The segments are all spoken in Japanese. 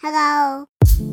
Hello.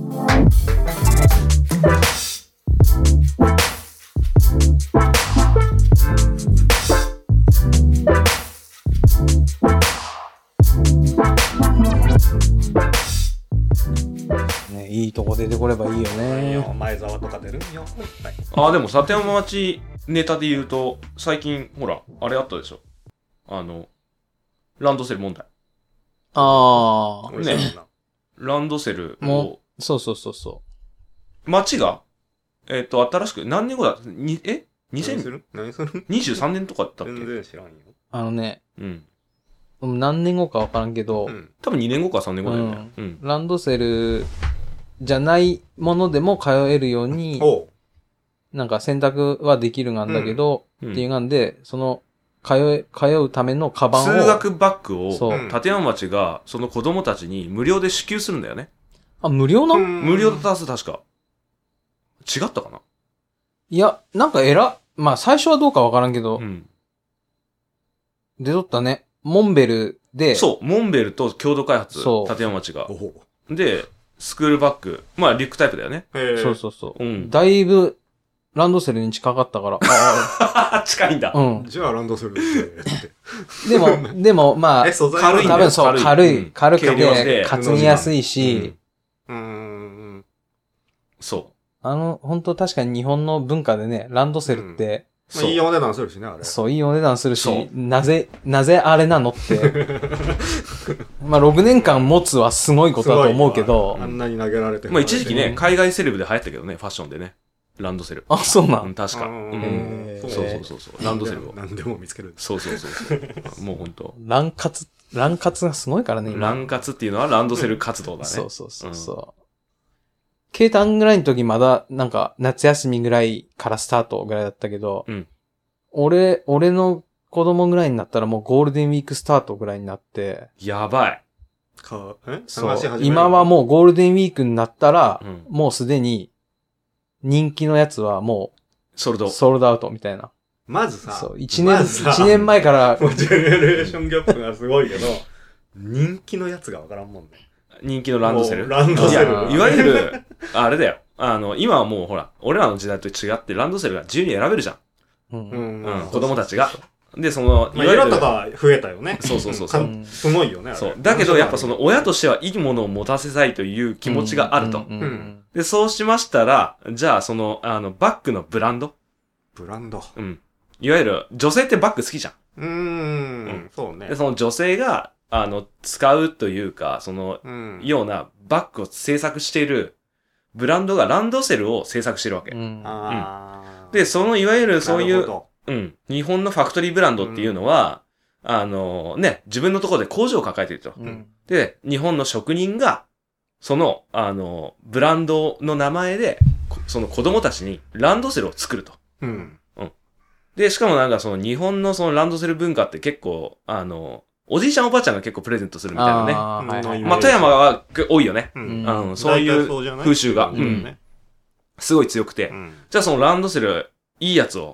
ね、いいとこ出てこればいいよね。 前澤とか出るんよ。はい、 あ、でも立山町ネタで言うと、最近、ほら、あれあったでしょ。ランドセル問題。 ああ。 ね。ランドセルを。 そうそうそうそう。 町が、新しく、何年後だ2023年とかだったっけ？ 全然知らんよ。 うん。何年後かわからんけど、 多分2年後か3年後だよね。 ランドセルじゃないものでも通えるように、なんか選択はできるがんだけど、っていうがんで、その、通うためのカバンを。 通学バッグを、立山町が、その子供たちに無料で支給するんだよね。 あ、無料なの？ 無料だったはず、確か。違ったかな？ いや、なんかまあ最初はどうかわからんけど、出とったね。モンベルで。 そう、モンベルと共同開発、立山町が。で、スクールバッグ。まあ、リュックタイプだよね。 そうそうそう。だいぶ、ランドセルに近かったから。 近いんだ。 じゃあランドセルってでも、まあ、 軽いんだよ。 多分そう、軽くて、担ぎやすいし、 そう。 本当確かに日本の文化でね、ランドセルって、 いいお値段するしね、あれ。 そう、いいお値段するし、なぜあれなのって。まあ、6年間持つはすごいことだと思うけど。 あんなに投げられてる。 まあ、一時期ね、海外セレブで流行ったけどね、ファッションでね。ランドセル。 あ、そうなん？ 確か。そう。ランドセルを。 何でも見つける。 そう。もうほんと。 ラン活がすごいからね、 今。ラン活っていうのはランドセル活動だね。 そう。K単ぐらいの時まだ、なんか、夏休みぐらいからスタートぐらいだったけど、俺の子供ぐらいになったらもうゴールデンウィークスタートぐらいになって。 やばい。 そう。今はもうゴールデンウィークになったら、もうすでに、人気のやつはもう、ソールドアウトみたいな。 まずさ、 そう、1年前から、 もうジェネレーションギャップがすごいけど、人気のやつがわからんもんね。 人気のランドセル。 ランドセル。 いわゆる、あれだよ。今はもうほら、俺らの時代と違ってランドセルが自由に選べるじゃん。子供たちが。で、 色とか増えたよね。 そう。 すごいよね。 そう。だけど、やっぱその親としてはいいものを持たせたいという気持ちがあると。で、そうしましたら、じゃあ、バッグのブランド。いわゆる、女性ってバッグ好きじゃん。 そうね。 で、その女性が、使うというか、ようなバッグを制作しているブランドがランドセルを制作してるわけ。で、いわゆるそういう、日本のファクトリーブランドっていうのは、自分のところで工場を抱えていると。で、日本の職人が、ブランドの名前で、その子供たちにランドセルを作ると。で、しかもなんか日本のランドセル文化って結構、おじいちゃんおばあちゃんが結構プレゼントするみたいなね。まあ、富山は多いよね。そういう風習が、すごい強くて。じゃあそのランドセル、いいやつを、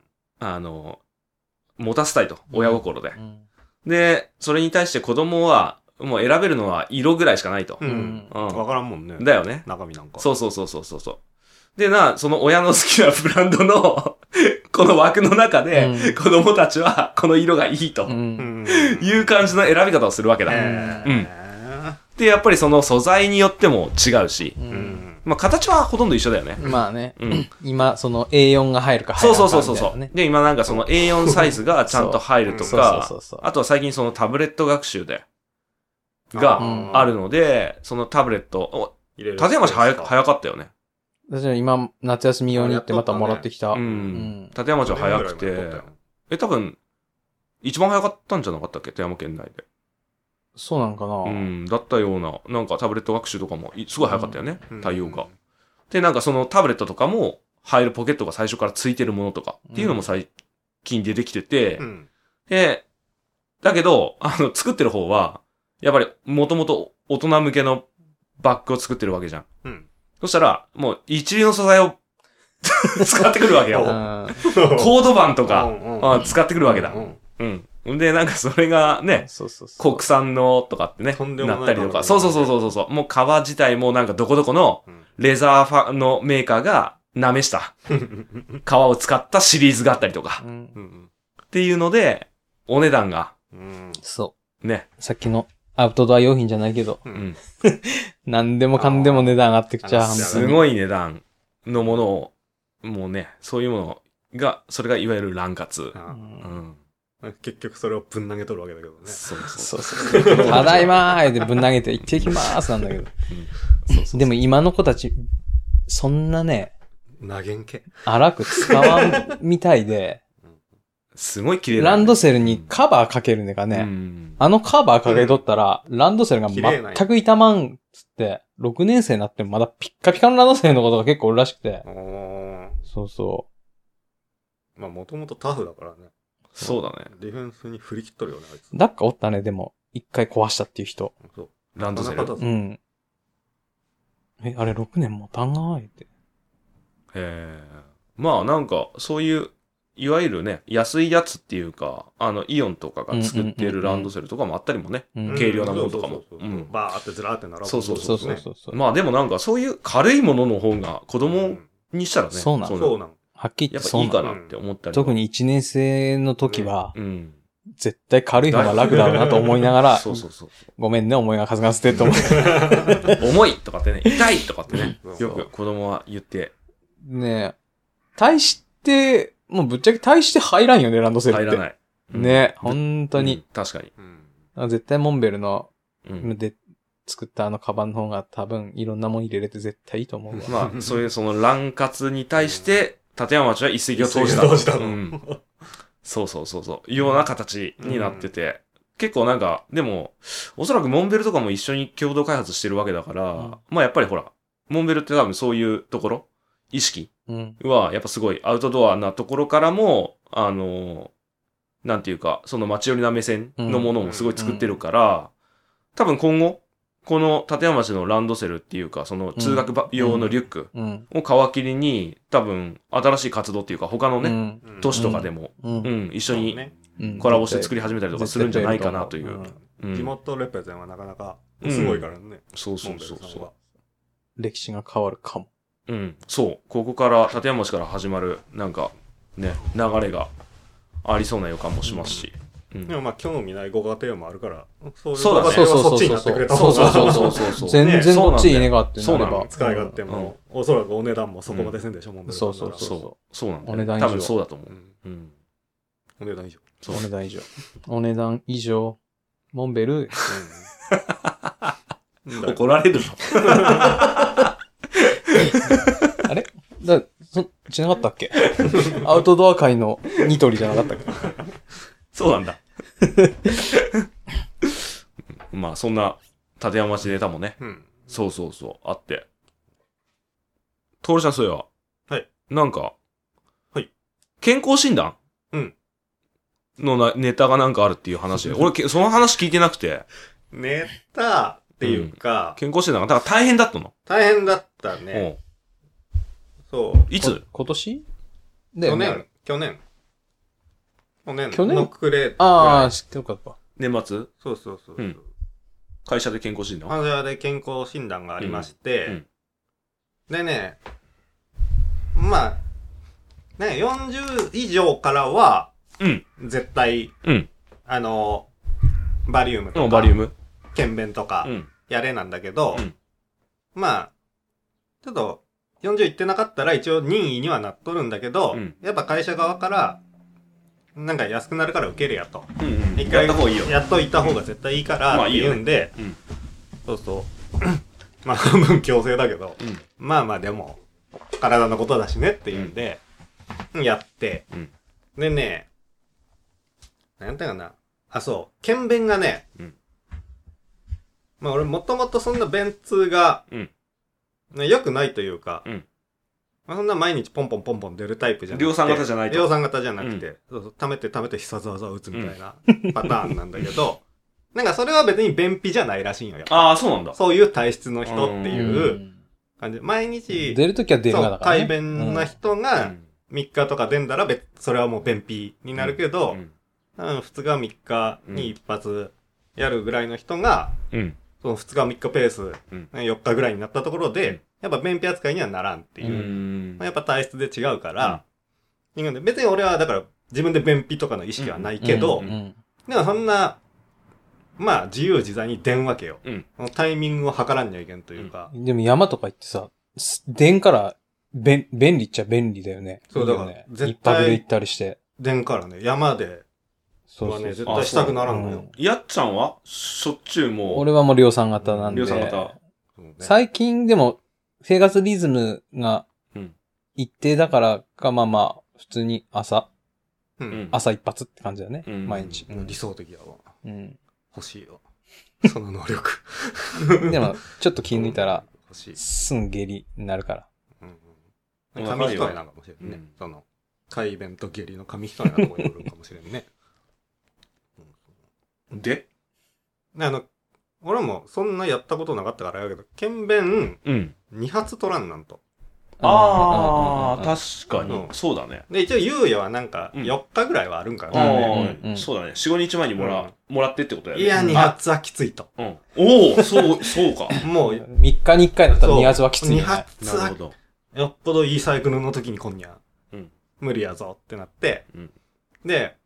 持たせたいと。親心で。で、それに対して子供は、もう選べるのは色ぐらいしかないと。 わからんもんね。 だよね。 中身なんか。 そう。でその親の好きなブランドのこの枠の中で、子供たちはこの色がいいと、いう感じの選び方をするわけだ。で、やっぱりその素材によっても違うし、まあ形はほとんど一緒だよね。 まあね。今、A4 が入るか入らないかみたいな。 そう。で、今なんかA4 サイズがちゃんと入るとか、あとは最近タブレット学習があるので、そのタブレット、立山市早かったよね。 私は今、夏休み用に行ってまたもらってきた。 立山町は早くて、多分、一番早かったんじゃなかったっけ？富山県内で。 そうなんかな？ だったような、なんかタブレット学習とかも、すごい早かったよね。対応が。で、なんかタブレットとかも、入るポケットが最初からついてるものとか、っていうのも最近出てきてて、で、だけど、作ってる方は、やっぱり、もともと大人向けのバッグを作ってるわけじゃん。そしたら、もう一流の素材を使ってくるわけよ。コードバンとか、使ってくるわけだ。 で、なんかそれがね、国産のとかってね、なったりとか。そう。もう革自体もなんかどこどこのレザーのメーカーがなめした革を使ったシリーズがあったりとか。っていうので、お値段が。 そう。 ね。 さっきのアウトドア用品じゃないけど。何でもかんでも値段上がってくちゃう。 すごい値段のものを、もうね、そういうものが、それがいわゆる乱活。 結局それをぶん投げとるわけだけどね。 そう。ただいまーってぶん投げて行ってきまーすなんだけど。でも今の子たち、そんなね、 投げんけ。 荒く使わんみたいで、 すごい綺麗だ、 ランドセルにカバーかけるねかね。あのカバーかけとったら、ランドセルが全く傷まんつって、6年生になってもまだピッカピカのランドセルのことが結構おるらしくて。 まあもともとタフだからね。 そうだね。 ディフェンスに振り切っとるよね、あいつ。 だっかおったね、でも。一回壊したっていう人。 ランドセル。 あれ6年もたんがーいって。 まあなんか、そういう、いわゆるね、安いやつっていうか、イオンとかが作ってるランドセルとかもあったりもね。軽量なものとかも。 バーってずらーって並ぶ。 そう。まあでもなんか、そういう軽いものの方が子供にしたらね。 そうなの。はっきり言ってやっぱいいかなって思ったり。 特に1年生の時は、絶対軽い方が楽だろうなと思いながら、ごめんね、思いが数が捨てと思う。 重いとかってね、痛いとかってね、よく子供は言って。 ねえ、対して、もうぶっちゃけ対して入らんよね、ランドセルって。 入らない。 ね、本当に。 確かに。絶対モンベルの、で、作ったカバンの方が多分いろんなもん入れれて絶対いいと思うわ。まあ、そういうその乱活に対して、立山町は一石を投じた。そう。ような形になってて。結構なんか、でも、おそらくモンベルとかも一緒に共同開発してるわけだから、まあやっぱりほら、モンベルって多分そういうところ、意識はやっぱすごいアウトドアなところからも、なんていうか、その街寄りな目線のものもすごい作ってるから、多分今後、この立山町のランドセルっていうか、その通学用のリュックを皮切りに、多分新しい活動っていうか、他のね、都市とかでも、一緒にコラボして作り始めたりとかするんじゃないかなという。 地元レペゼンはなかなかすごいからね。 そう。 歴史が変わるかも。 そう。ここから、立山町から始まる、なんか、ね、流れがありそうな予感もしますし。 でもまあ興味ないご家庭もあるから、 そうだね。 そっちになってくれた方が。 そう。全然こっちいいねがあってなれば。 使い勝手も、おそらくお値段もそこまでせんでしょ、もんで。 そう。 そうなんだ。 お値段以上。 多分そうだと思う。 お値段以上。 お値段以上。お値段以上。モンベル。 怒られるのあれしなかったっけアウトドア界のニトリじゃなかったっけそうなんだ。まあ、そんな、立山町ネタもね。そう、あって。トールちゃん、そういえば。 はい。 なんか。 はい。 健康診断のネタがなんかあるっていう話で。俺、その話聞いてなくて。 ネタっていうか。 健康診断が、だから大変だったの？ 大変だったね。そう。 いつ？今年？ 去年の暮れ。 ああ、知ってるかった。 年末？ そう。 会社で健康診断？ 会社で健康診断がありまして、でね、まあ、ね、40以上からは、絶対、バリウムとか、検便とか、やれなんだけど、まあ、ちょっと、40いってなかったら一応任意にはなっとるんだけど、やっぱ会社側から、なんか安くなるから受けるやと。一回やっといた方が絶対いいからって言うんで、そう。まあ半分強制だけど、まあでも、体のことだしねって言うんで、やって、でね、なんていうかな。検便がね、まあ俺もともとそんな便通が、良くないというか、まあ、そんな毎日ポンポン出るタイプじゃなくて。 量産型じゃないと。 量産型じゃなくて、溜めて必殺技を打つみたいなパターンなんだけど、なんかそれは別に便秘じゃないらしいんよ。 ああ、そうなんだ。 そういう体質の人っていう感じ。毎日、 出るときは出るがだからね。 快便な人が3日とか出んだらそれはもう便秘になるけど、 2日3日に一発やるぐらいの人が、その2日3日ペース、4日ぐらいになったところで、やっぱ便秘扱いにはならんっていう。やっぱ体質で違うから、別に俺はだから自分で便秘とかの意識はないけど、でもそんな、まあ自由自在に出んわけよ。タイミングを測らんにゃいけんというか。 でも山とか行ってさ、出んから便利っちゃ便利だよね。 そうだからね。 一泊で行ったりして。 出んからね、山で。そうはね、絶対したくならんのよ。 やっちゃんはしょっちゅうもう。 俺はもう量産型なんで。 量産型。 最近でも、生活リズムが一定だからか、まあまあ、普通に朝一発って感じだね。毎日。 理想的やわ。欲しいよ。その能力。 でも、ちょっと気抜いたら、すん下痢になるから。 紙一重なんかもしれんね。その、快便と下痢の紙一重なところによるかもしれんね。 で俺もそんなやったことなかったからやけど、検便、2発取らんなんと。 ああ、確かに。そうだね。 で、一応猶予はなんか4日ぐらいはあるんかな。 そうだね。4、5日前にもらってってことやね。 いや、2発はきついと。 おお、そうか。 もう、3日に1回だったら2発はきつい。 2発は、よっぽどいいサイクルの時に今夜、無理やぞってなって、で、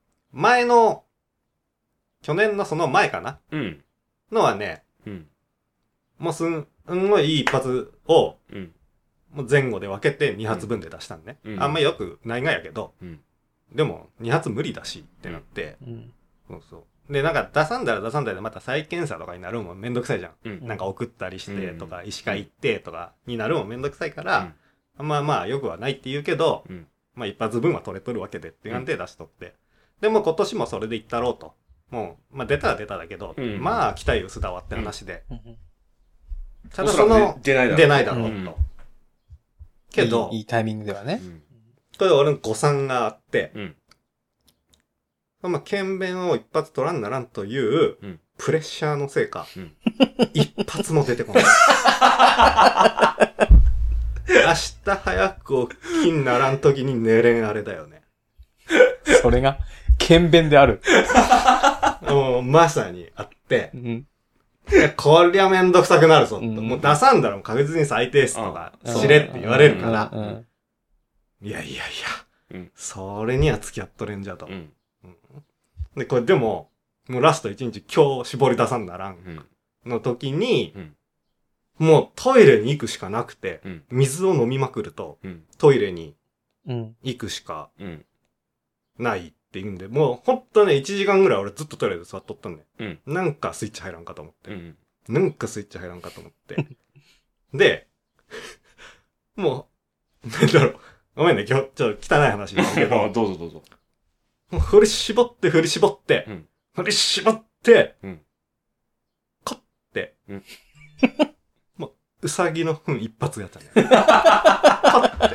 去年のその前かなのはね、もうすんごいいい一発を、もう前後で分けて2発分で出したんね。あんまよくないがやけど、でも2発無理だしってなって、そうそう。で、なんか出さんだらでまた再検査とかになるもんめんどくさいじゃん。なんか送ったりしてとか、医師会行ってとかになるもんめんどくさいから、まあよくはないって言うけど、まあ一発分は取れとるわけでって感じで出しとって。でも今年もそれで行ったろうと。もう、まあ出たら出ただけど、まあ期待薄だわって話で。ただその、出ないだろうと。けど、 いいタイミングではね。 これ俺の誤算があって、まあ、検便を一発取らんならんという、プレッシャーのせいか、一発も出てこない。明日早く起きんならんときに寝れんあれだよね。 それが、検便である。 まさにあって、こりゃめんどくさくなるぞと。もう出さんだら確実に再提出とかしれって言われるから、いや、それには付き合っとれんじゃと。で、これでも、もうラスト1日今日絞り出さんならんの時に、もうトイレに行くしかなくて、水を飲みまくると、トイレに行くしかないって言うんで、もうほんとね、1時間ぐらい俺ずっとトイレで座っとったんで、なんかスイッチ入らんかと思って。で、もう、なんだろう。ごめんね、今日ちょっと汚い話だけど。 どうぞ。 もう振り絞って、コッて、もう、うさぎの糞一発やったね。コッて、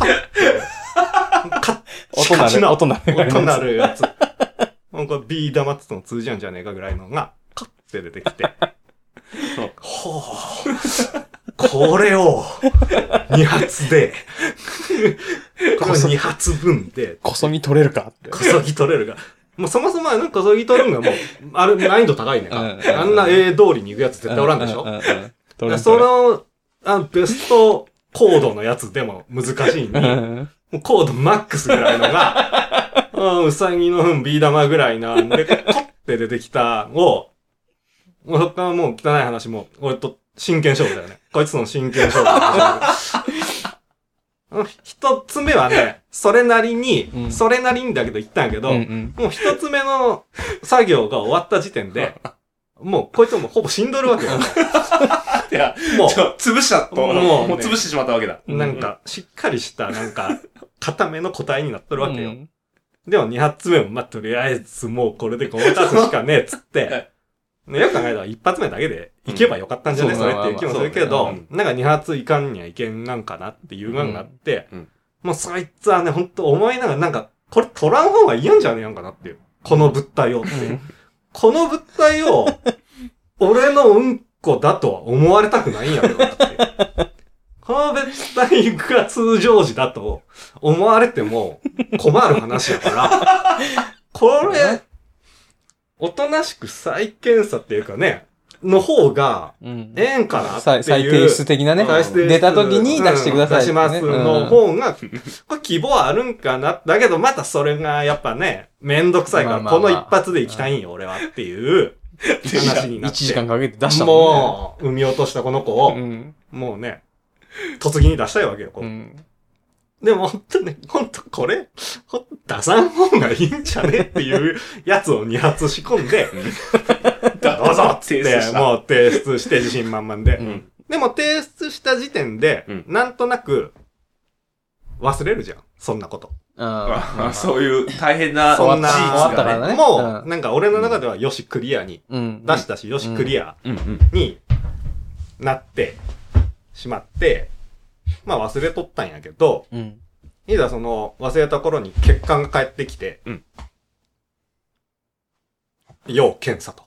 音なるやつ。もうこれビー玉って言っても通じやんじゃねえかぐらいのが、コッて出てきて。ほぉ。これを、2発で、この2発分で、 こそぎ取れるかって。 こそぎ取れるか。もうそもそもこそぎ取るんがもう、あれ難易度高いねんか。あんな通りに行くやつ絶対おらんでしょ。その、ベストコードのやつでも難しいんで、もうコードマックスぐらいのが、うさぎの糞ビー玉ぐらいなんで、コッて出てきたを、もうそっからもう汚い話も、俺と真剣勝負だよね。こいつの真剣勝負。一つ目はね、それなりにだけど言ったんやけど、もう一つ目の作業が終わった時点で、もうこいつもほぼ死んどるわけよ。 いや、もう、潰しちゃった。もう潰してしまったわけだ。 なんか、しっかりした、固めの答えになっとるわけよ。でも2発目も、まあ、とりあえずもうこれでごまかすしかねえっつって、よく考えたら一発目だけで行けばよかったんじゃね、それっていう気もするけど、なんか2発いかんにはいけんなんかなっていうのがあって、もうそいつはね、ほんと思いながらこれ取らん方がいいんじゃねえやんかなっていう。この物体をっていう。この物体を、俺のうんこだとは思われたくないんやけどなって。この物体が通常時だと思われても困る話やから、これ、 おとなしく再検査っていうかね、の方が、ええんかなっていう。 再提出的なね。出た時に出してください、 出しますの方が、これ希望あるんかな。だけどまたそれがやっぱね、めんどくさいから、この一発で行きたいんよ、俺はっていう話になって。 1時間かけて出したもんね。 もう、産み落としたこの子を、もうね、突撃に出したいわけよ、でもほんとね、これ、出さん方がいいんじゃねっていうやつを2発仕込んで、どうぞってもう提出して自信満々で。でも提出した時点で、なんとなく忘れるじゃん。そんなこと。 そういう大変なそんな、終わったからね。もう、なんか俺の中ではよしクリアに、出したし、よしクリアになってしまって、まあ忘れとったんやけど、いざその忘れた頃に結果が返ってきて、要検査と。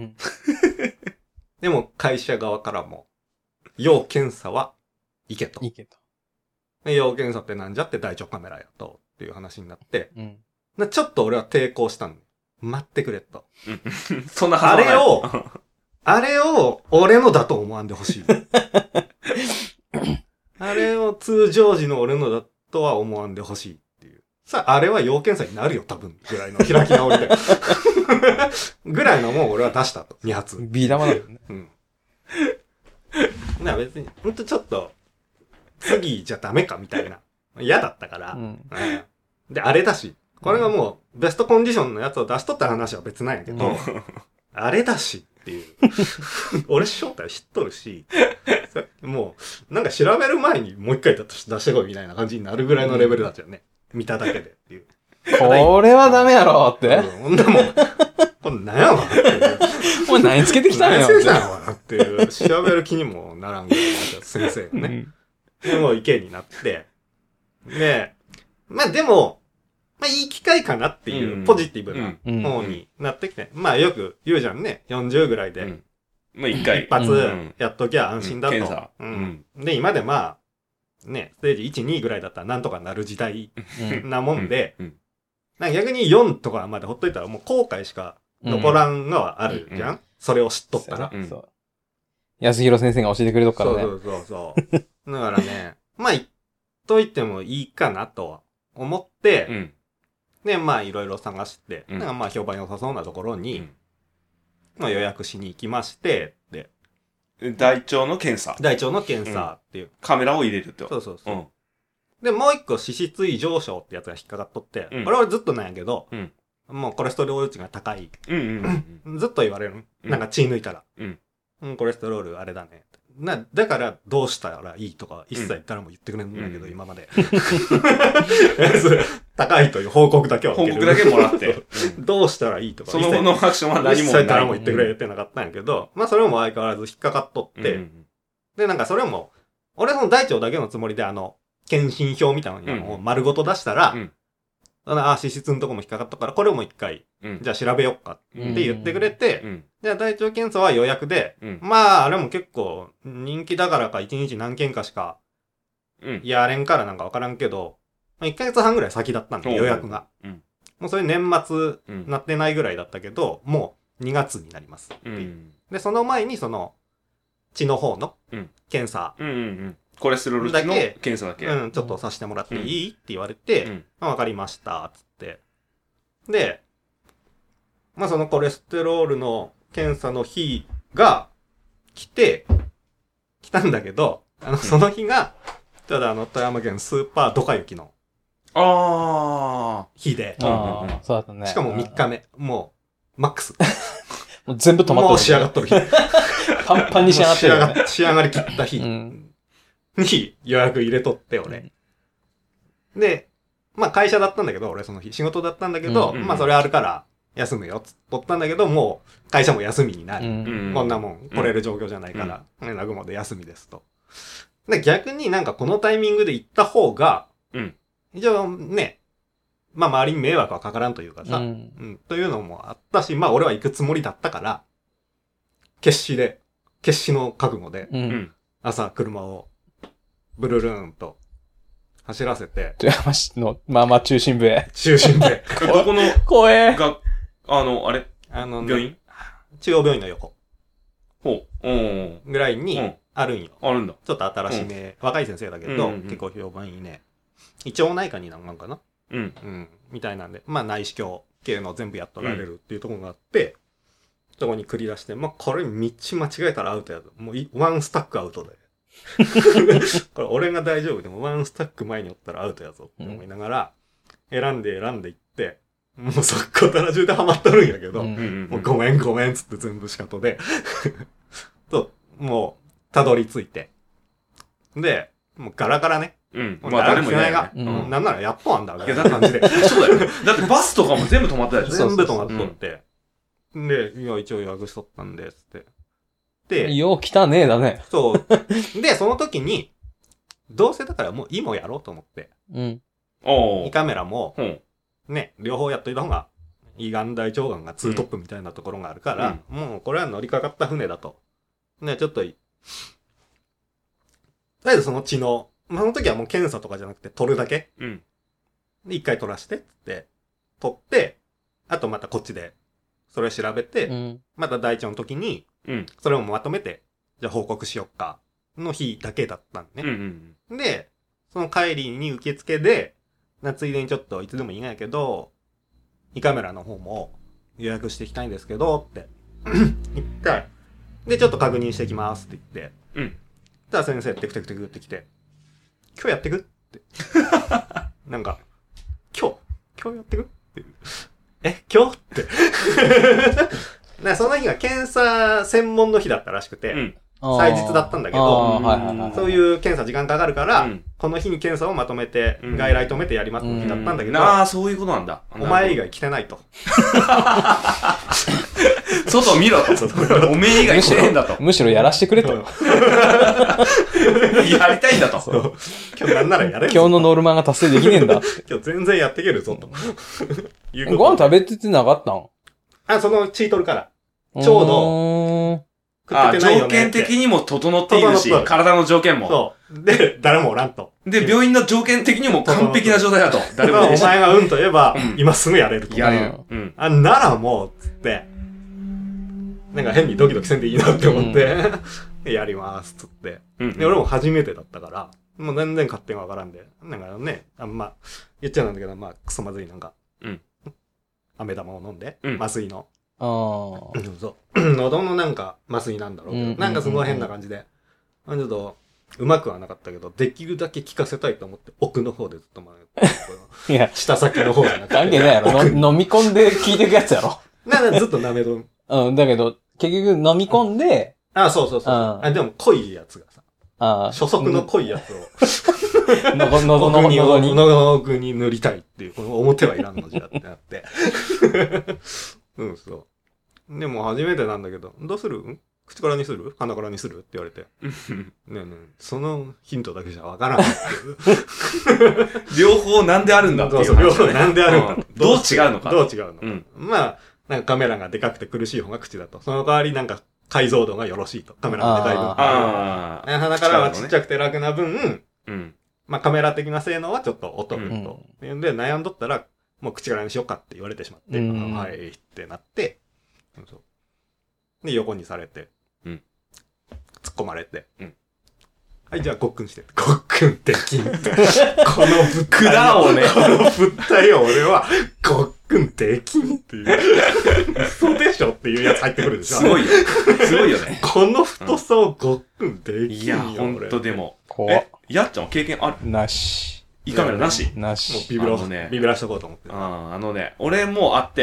でも会社側からも、要検査は行けと。要検査ってなんじゃって大腸カメラやと。っていう話になって、ちょっと俺は抵抗したの。待ってくれと。 そんなはずない。 あれを俺のだと思わんでほしい。あれを通常時の俺のだとは思わんでほしいっていう。さあ、あれは要検査になるよ、多分。ぐらいの開き直りで。ぐらいのもん俺は出したと。2発。 ビー玉だもんね。 別に、ほんとちょっと、次じゃダメかみたいな。嫌だったから。で、あれだし。これがもう、ベストコンディションのやつを出しとった話は別なんやけど、あれだしっていう。俺正体知っとるし、もう、なんか調べる前にもう一回出してこいみたいな感じになるぐらいのレベルだったよね。見ただけでっていう。 これはダメやろって。 ほんでも、これ何やわっていう。 お前何つけてきたんや何つけてきたんやわっていう。調べる気にもならんぐらいの先生がね。でも意見になって、で、まあでも、まあいい機会かなっていうポジティブな方になってきて、まあよく言うじゃんね。40ぐらいで。 まあ一発やっときゃ安心だと。で、今でまあ、ね、ステージ1、2ぐらいだったらなんとかなる時代なもんで、逆に4とかまでほっといたらもう後悔しか残らんのはあるじゃん、それを知っとったら。 安弘先生が教えてくれとくからね。 そうだからね、まあ言っといてもいいかなとは思って、で、まあいろいろ探して、まあ評判良さそうなところに、まあ予約しに行きまして、で、 大腸の検査っていう。 カメラを入れるって。 そう。で、もう一個脂質異常症ってやつが引っかかっとって、これはずっとなんやけど、もうコレステロール値が高い。ずっと言われる。なんか血抜いたら。コレステロールあれだね。だからどうしたらいいとか一切誰も言ってくれんだけど、今まで。高いという報告だけは報告だけもらって。 どうしたらいいとか。 その後のアクションは何もない。 一切誰も言ってくれてなかったんやけど、まあそれも相変わらず引っかかっとって、で、なんかそれも、俺その大腸だけのつもりで検診票みたいなのを丸ごと出したら、脂質のとこも引っかかったから、これも一回、じゃあ調べよっかって言ってくれて、じゃあ大腸検査は予約で、まああれも結構人気だからか1日何件かしかやれんからなんかわからんけど、1ヶ月半ぐらい先だったんだ、予約が。もうそれ年末なってないぐらいだったけど、もう2月になりますっていう。で、その前にその血の方の検査。 コレステロール値の検査だけ。 ちょっとさせてもらっていいって言われて、わかりました、つって。で、まあそのコレステロールの検査の日が来たんだけど、その日が、ちょうど富山県スーパードカ雪の日で。 そうだったね。 しかも3日目。もう、マックス。 もう全部止まっとる。 もう仕上がっとる日。 パンパンに仕上がってるよね。 仕上がりきった日に予約入れとって、俺。で、まあ会社だったんだけど、俺その日仕事だったんだけど、まあそれあるから休むよっつっとったんだけど、もう会社も休みになり、こんなもん来れる状況じゃないから、南雲で休みですと。で、逆になんかこのタイミングで行った方が、一応ね、まあ周りに迷惑はかからんというかさ、というのもあったし、まあ俺は行くつもりだったから、決死の覚悟で、朝車をブルルーンと走らせて、 富山市のまあまあ中心部へ。 中心部へ。 どこの怖え。 が、あれ病院中央病院の横。 ほう。 ぐらいに、あるんよ。 あるんだ。 ちょっと新しめ、若い先生だけど、結構評判いいね。胃腸内科になんかな。みたいなんで、まあ内視鏡系の全部やっとられるっていうところがあって、そこに繰り出して、まあこれ道間違えたらアウトやと。もうワンスタックアウトで。これ俺が大丈夫でもワンスタック前におったらアウトやぞって思いながら、選んでいって、もうそこたら中でハマっとるんやけど、もうごめんつって全部仕方で、と、もう、たどり着いて。で、もうガラガラね。 まあ誰もいないが。 なんならやっとあんだ、みたいな感じで。そうだよね。だってバスとかも全部止まってたでしょ。全部止まっとって。で、いや、一応予約しとったんで、つって。 で、よう来たねだね。 そう。で、その時に、どうせだからもういいもんやろうと思って。胃カメラも、ね、両方やっといた方が、胃がん大腸がんが2トップみたいなところがあるから、もうこれは乗りかかった船だと。ね、ちょっととりあえずその血の、その時はもう検査とかじゃなくて取るだけ。で、一回取らして、つって、取って、あとまたこっちで、それを調べて、また大腸の時に、それをまとめて、じゃあ報告しよっか、の日だけだったんね。で、その帰りに受付で、ついでにちょっといつでもいいんやけど、胃カメラの方も予約していきたいんですけど、って言って、で、ちょっと確認してきますって言って、じゃあ先生テクテクテクって来て、今日やってくって。なんか、今日やってくって今日って。その日が検査専門の日だったらしくて、祭日だったんだけど、そういう検査時間かかるから、この日に検査をまとめて、外来止めてやりますの日だったんだけど、 そういうことなんだ。 お前以外来てないと。 外見ろと。おめえ以外来てへんだと。 むしろやらしてくれと。やりたいんだと。 今日なんならやれる。 今日のノルマが達成できねえんだ。 今日全然やっていけるぞと。 ご飯食べててなかったん？ そのチートルから。ちょうど。 条件的にも整っているし、体の条件も。 そう。で、誰もおらんと。 で、病院の条件的にも完璧な状態だと。誰もお前がと言えば、今すぐやれると。 やれる。 ならもう、つって、なんか変にドキドキせんでいいなって思って、やります、つって。で、俺も初めてだったから、もう全然勝手がわからんで、なんかね、言っちゃうんだけど、クソまずいなんか、飴玉を飲んで、麻酔の。そう。喉のなんか麻酔なんだろうけど、なんかすごい変な感じで、ちょっと、うまくはなかったけど、できるだけ効かせたいと思って、奥の方でずっといや、 下先の方じゃなくて。 関係ないやろ。飲み込んで効いていくやつやろ。 ずっと舐める。 だけど、結局飲み込んで、 そう。でも濃いやつがさ、初速の濃いやつを、喉奥に塗りたいっていう、この表はいらんのじゃってなって。そう。でも初めてなんだけど、どうする？口からにする？鼻からにする？って言われて。ねそのヒントだけじゃわからんっていう。 両方なんであるんだっていう。 両方なんであるんだ。 どう違うのか。 どう違うのか。なんかカメラがでかくて苦しい方が口だと。その代わりなんか解像度がよろしいと。カメラがでかい分。鼻からはちっちゃくて楽な分、カメラ的な性能はちょっと劣ると。で、悩んどったら、もう口からにしようかって言われてしまって、はいってなって、で、横にされて、突っ込まれて、はい、じゃあ、ごっくんして。ごっくんできん。この物体をね、この物体を俺は、ごっくんできんっていう。嘘でしょっていうやつ入ってくるでしょ。 すごいよ。すごいよね。 この太さをごっくんできんよ。 いや、ほんとでも。やっちゃん経験ある？ なし。 胃カメラなし？ なし。 もうビビらしとこうと思って。 俺もあって、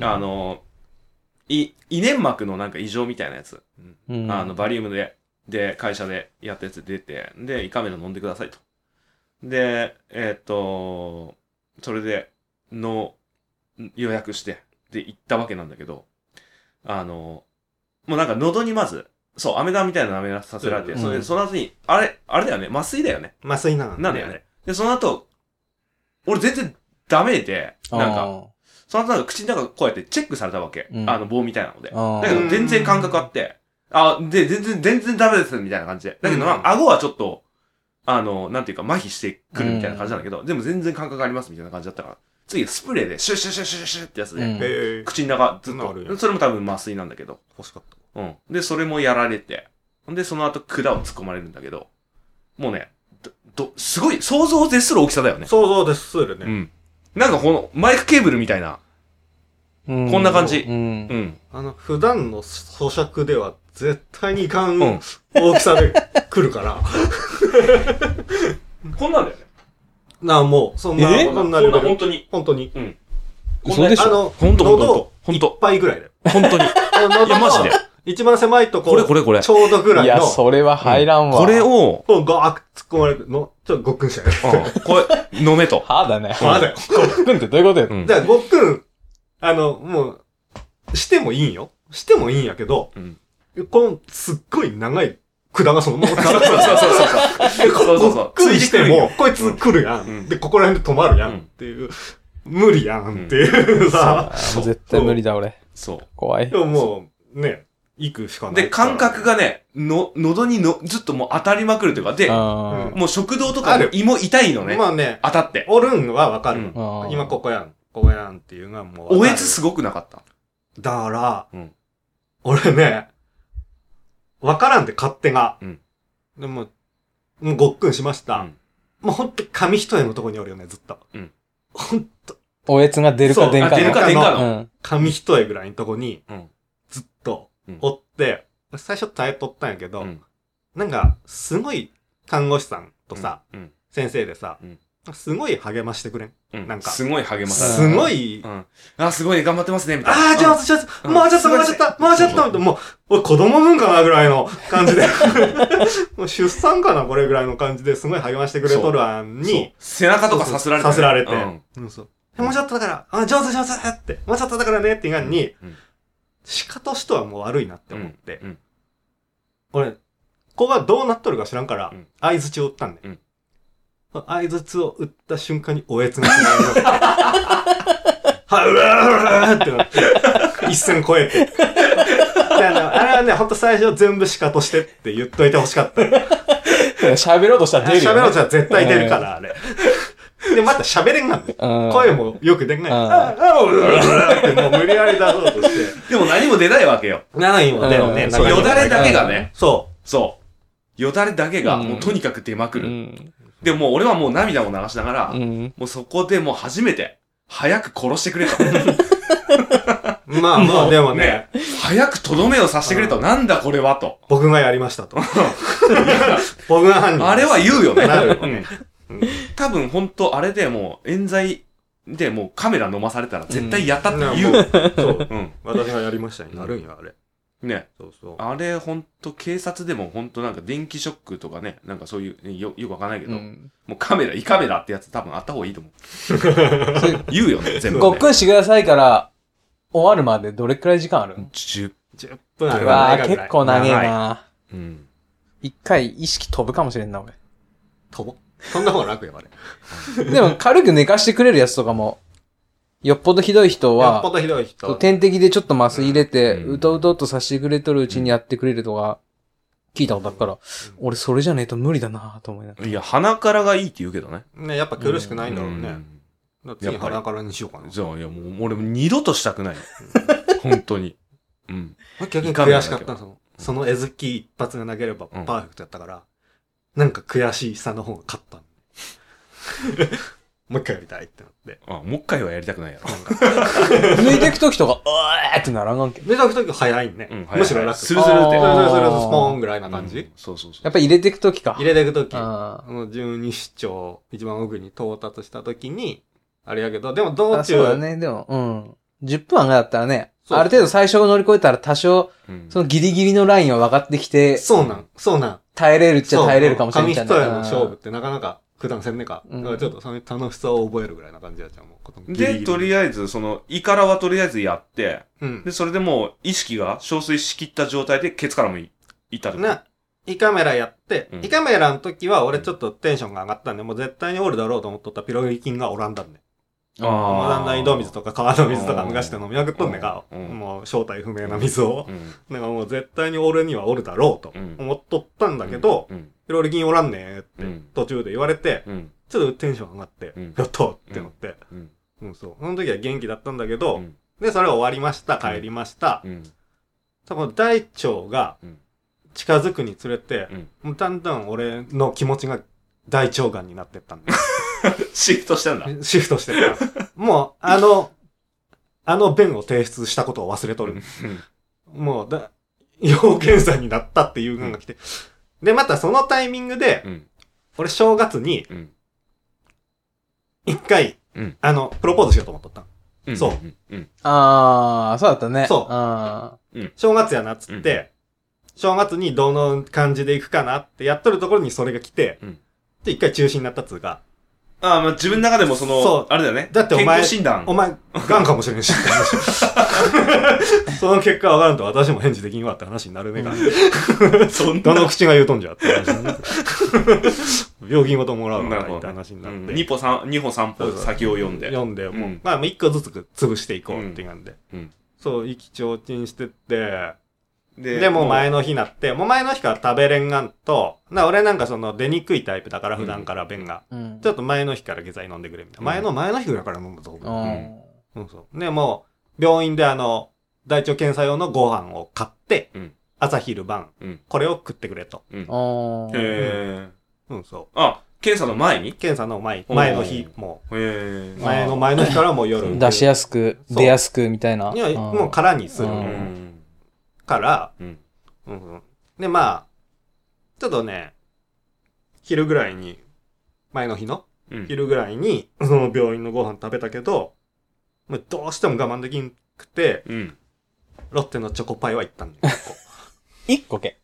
胃粘膜のなんか異常みたいなやつ。バリウムで、会社でやったやつ出て、で、胃カメラ飲んでくださいと。で、それで、予約して、で、行ったわけなんだけど、もうなんか喉にまず、そう、飴玉みたいな舐めさせられて、その後に、あれだよね、麻酔だよね。 麻酔なんだよね。で、その後、俺全然ダメで、なんか、その後なんか口の中こうやってチェックされたわけ。棒みたいなので。だけど全然感覚あって、で、全然ダメです、みたいな感じで。だけど、顎はちょっと、なんていうか、麻痺してくるみたいな感じなんだけど、でも全然感覚あります、みたいな感じだったから、 次スプレーでシュッシュッシュッシュッシュッってやつで、口の中ずっと、それも多分麻酔なんだけど。 欲しかった。 うん。で、それもやられて、で、その後管を突っ込まれるんだけど、もうね、すごい、想像を絶する大きさだよね。 想像を絶するね。 うん。なんかこの、マイクケーブルみたいな、こんな感じ。うん。 普段の咀嚼では絶対にいかん大きさで来るから。 こんなんだよね。 もう、そんなレベル。 本当に。 本当に。 うん。 嘘でしょ？ 本当いっぱいぐらいだよ。 本当に。いや、マジで。 一番狭いところ。 これ。 ちょうどぐらいの。 いや、それは入らんわ。 これを、 ガーッ突っ込まれて、ちょっとごっくんしちゃう。 これ、飲めと。 はだね。 はだよ。 ごっくんってどういうことや？ じゃあ、ごっくん、もう、してもいいんよ。してもいいんやけど、この、すっごい長い管がそのままそう。 ごっくんしても、こいつ来るやん。で、ここら辺で止まるやんっていう。無理やんっていうさ。 もう絶対無理だ、俺。 そう。 怖い。 でももう、ね、行くしかない。 で、感覚がね、喉にずっともう当たりまくるというか、で、もう食道とかも胃も痛いのね。 まあね、 当たって。 おるんはわかる。今ここやんっていうのはもう。 おえつすごくなかった。 だから、俺ね、わからんって勝手が。でも、ごっくんしました。もうほんと紙一重のとこにおるよね、ずっと。ほんと。 おえつが出るか出んかの。 出るか出んかの。 紙一重ぐらいのとこに、ずっと、おって、最初耐えとったんやけど、なんか、すごい看護師さんとさ、先生でさ、すごい励ましてくれん。なんか。 すごい励まされすごい。 すごい頑張ってますね、みたいな。 上手。もうちょっともう、俺子供分かなぐらいの感じで。もう出産かなこれぐらいの感じですごい励ましてくれとる案に。 背中とかさすられて。 さすられて。もうちょっとだから、上手って。もうちょっとだからねって言う案に、仕方としてはもう悪いなって思って。俺、ここがどうなっとるか知らんから、相槌を打ったんだよ。相槌を打った瞬間におえつがつながる。うわーってなって、一線超えて。あれはね、ほんと最初全部仕方してって言っといてほしかった。 喋ろうとしたら出るよ、ね。 喋ろうとしたら絶対出るから、あれ。で、また喋れんがんね。声もよく出んがん。ってもう無理やり出そうとして。 でも何も出ないわけよ。 何も出よね。 よだれだけがね。 そう。 よだれだけが、もうとにかく出まくる。でも俺はもう涙を流しながら、もうそこでもう初めて、早く殺してくれと。 まあ、でもね。 早くとどめをさせてくれと。なんだこれはと。 僕がやりましたと。僕が犯人。 あれは言うよね。 なるよね。 多分ほんとあれでもう冤罪でもうカメラ飲まされたら絶対やったって言う。 そう。私がやりましたになるんよ、あれ。 ね。 そう。 あれほんと警察でもほんとなんか電気ショックとかね、なんかそういう、よくわかんないけど、もう胃カメラってやつ多分あった方がいいと思う。言うよね、全部。 ごっくんしてくださいから、終わるまでどれくらい時間ある？ 10 分ある。 うわー、結構長えな。一回意識飛ぶかもしれんな、俺。 飛ぼ？そんな方が楽よ、あれ。 でも軽く寝かしてくれるやつとかも、よっぽどひどい人は、点滴でちょっと麻酔入れて、うとうとっとさせてくれとるうちにやってくれるとか、聞いたことあるから、俺それじゃねえと無理だなと思いながら。 いや、鼻からがいいって言うけどね。 ね、やっぱ苦しくないんだろうね。次鼻からにしようかな。 じゃあ、いやもう、俺も二度としたくない。本当に。 逆に悔しかった。その絵好き一発がなければパーフェクトやったから、なんか悔しさの方が勝った。もう一回やりたいってなって。 もう一回はやりたくないやろ。 抜いていくときとか、ってならんがんけ。 抜いていくとき早いね。むしろ楽。 スルスルって。スルスルスポーンぐらいな感じ。 そう。やっぱり入れていくときか。 入れていくとき。十二指腸、一番奥に到達したときに、あれやけど、でも道中。 そうだね、でも、10分だったらね、ある程度最初を乗り越えたら多少、そのギリギリのラインは分かってきて、 そうなん。 耐えれるっちゃ耐えれるかもしれない。 紙一重の勝負ってなかなか普段せんねか。だからちょっとその楽しさを覚えるぐらいな感じやっちゃうもん。 で、とりあえず、胃からはとりあえずやって、で、それでもう意識が憔悴しきった状態でケツからもいったと。 ね。胃カメラやって、胃カメラの時は俺ちょっとテンションが上がったんで、もう絶対におるだろうと思っとったピロリ菌がおらんだんで。もうだんだん井戸水とか川の水とか脱がして飲みまくっとんねんか。もう正体不明な水を。だからもう絶対に俺にはおるだろうと思っとったんだけど、ピロリ菌おらんねーって途中で言われて、ちょっとテンション上がって、やったってなって、 そう。その時は元気だったんだけど、で、それ終わりました、帰りました。そこ大腸が近づくにつれて、もうだんだん俺の気持ちが大腸がんになってったんだ。 シフトしたんだ。 シフトしてた。もう、便を提出したことを忘れとる。もう、要検査になったっていうのが来て。で、またそのタイミングで、俺正月に、一回、プロポーズしようと思っとったの。そう。 ああ、そうだったね。 そう。正月やなっつって、正月にどの感じで行くかなってやっとるところにそれが来て、で、一回中止になったっつうか。 ああ、まあ自分の中でもそう、あれだよね。 だってお前、 健康診断。 お前、癌かもしれんしって話。その結果わからんと私も返事できんわって話になるねが。どの口が言うとんじゃって話になって。病気ごともらうからって話になって。 2歩3歩先を読んで。 もう、まあ一個ずつ潰していこうって感じで。そう、意気提灯してって、でも前の日なって、もう前の日から食べれんがんと、俺なんかその出にくいタイプだから普段から便が。ちょっと前の日から下剤飲んでくれみたいな。前の日ぐらいから飲むぞ。そう。で、もう、病院で大腸検査用のご飯を買って、朝昼晩、これを食ってくれと。そう。 あ、検査の前に？ 検査の前の日、もう。前の日からもう夜。 出しやすく、出やすくみたいな。 いや、もう空にする。から、で、まあ、ちょっとね、昼ぐらいに、前の日の、昼ぐらいに、その病院のご飯食べたけど、どうしても我慢できんくて、ロッテのチョコパイは行ったんだよ、 1個け。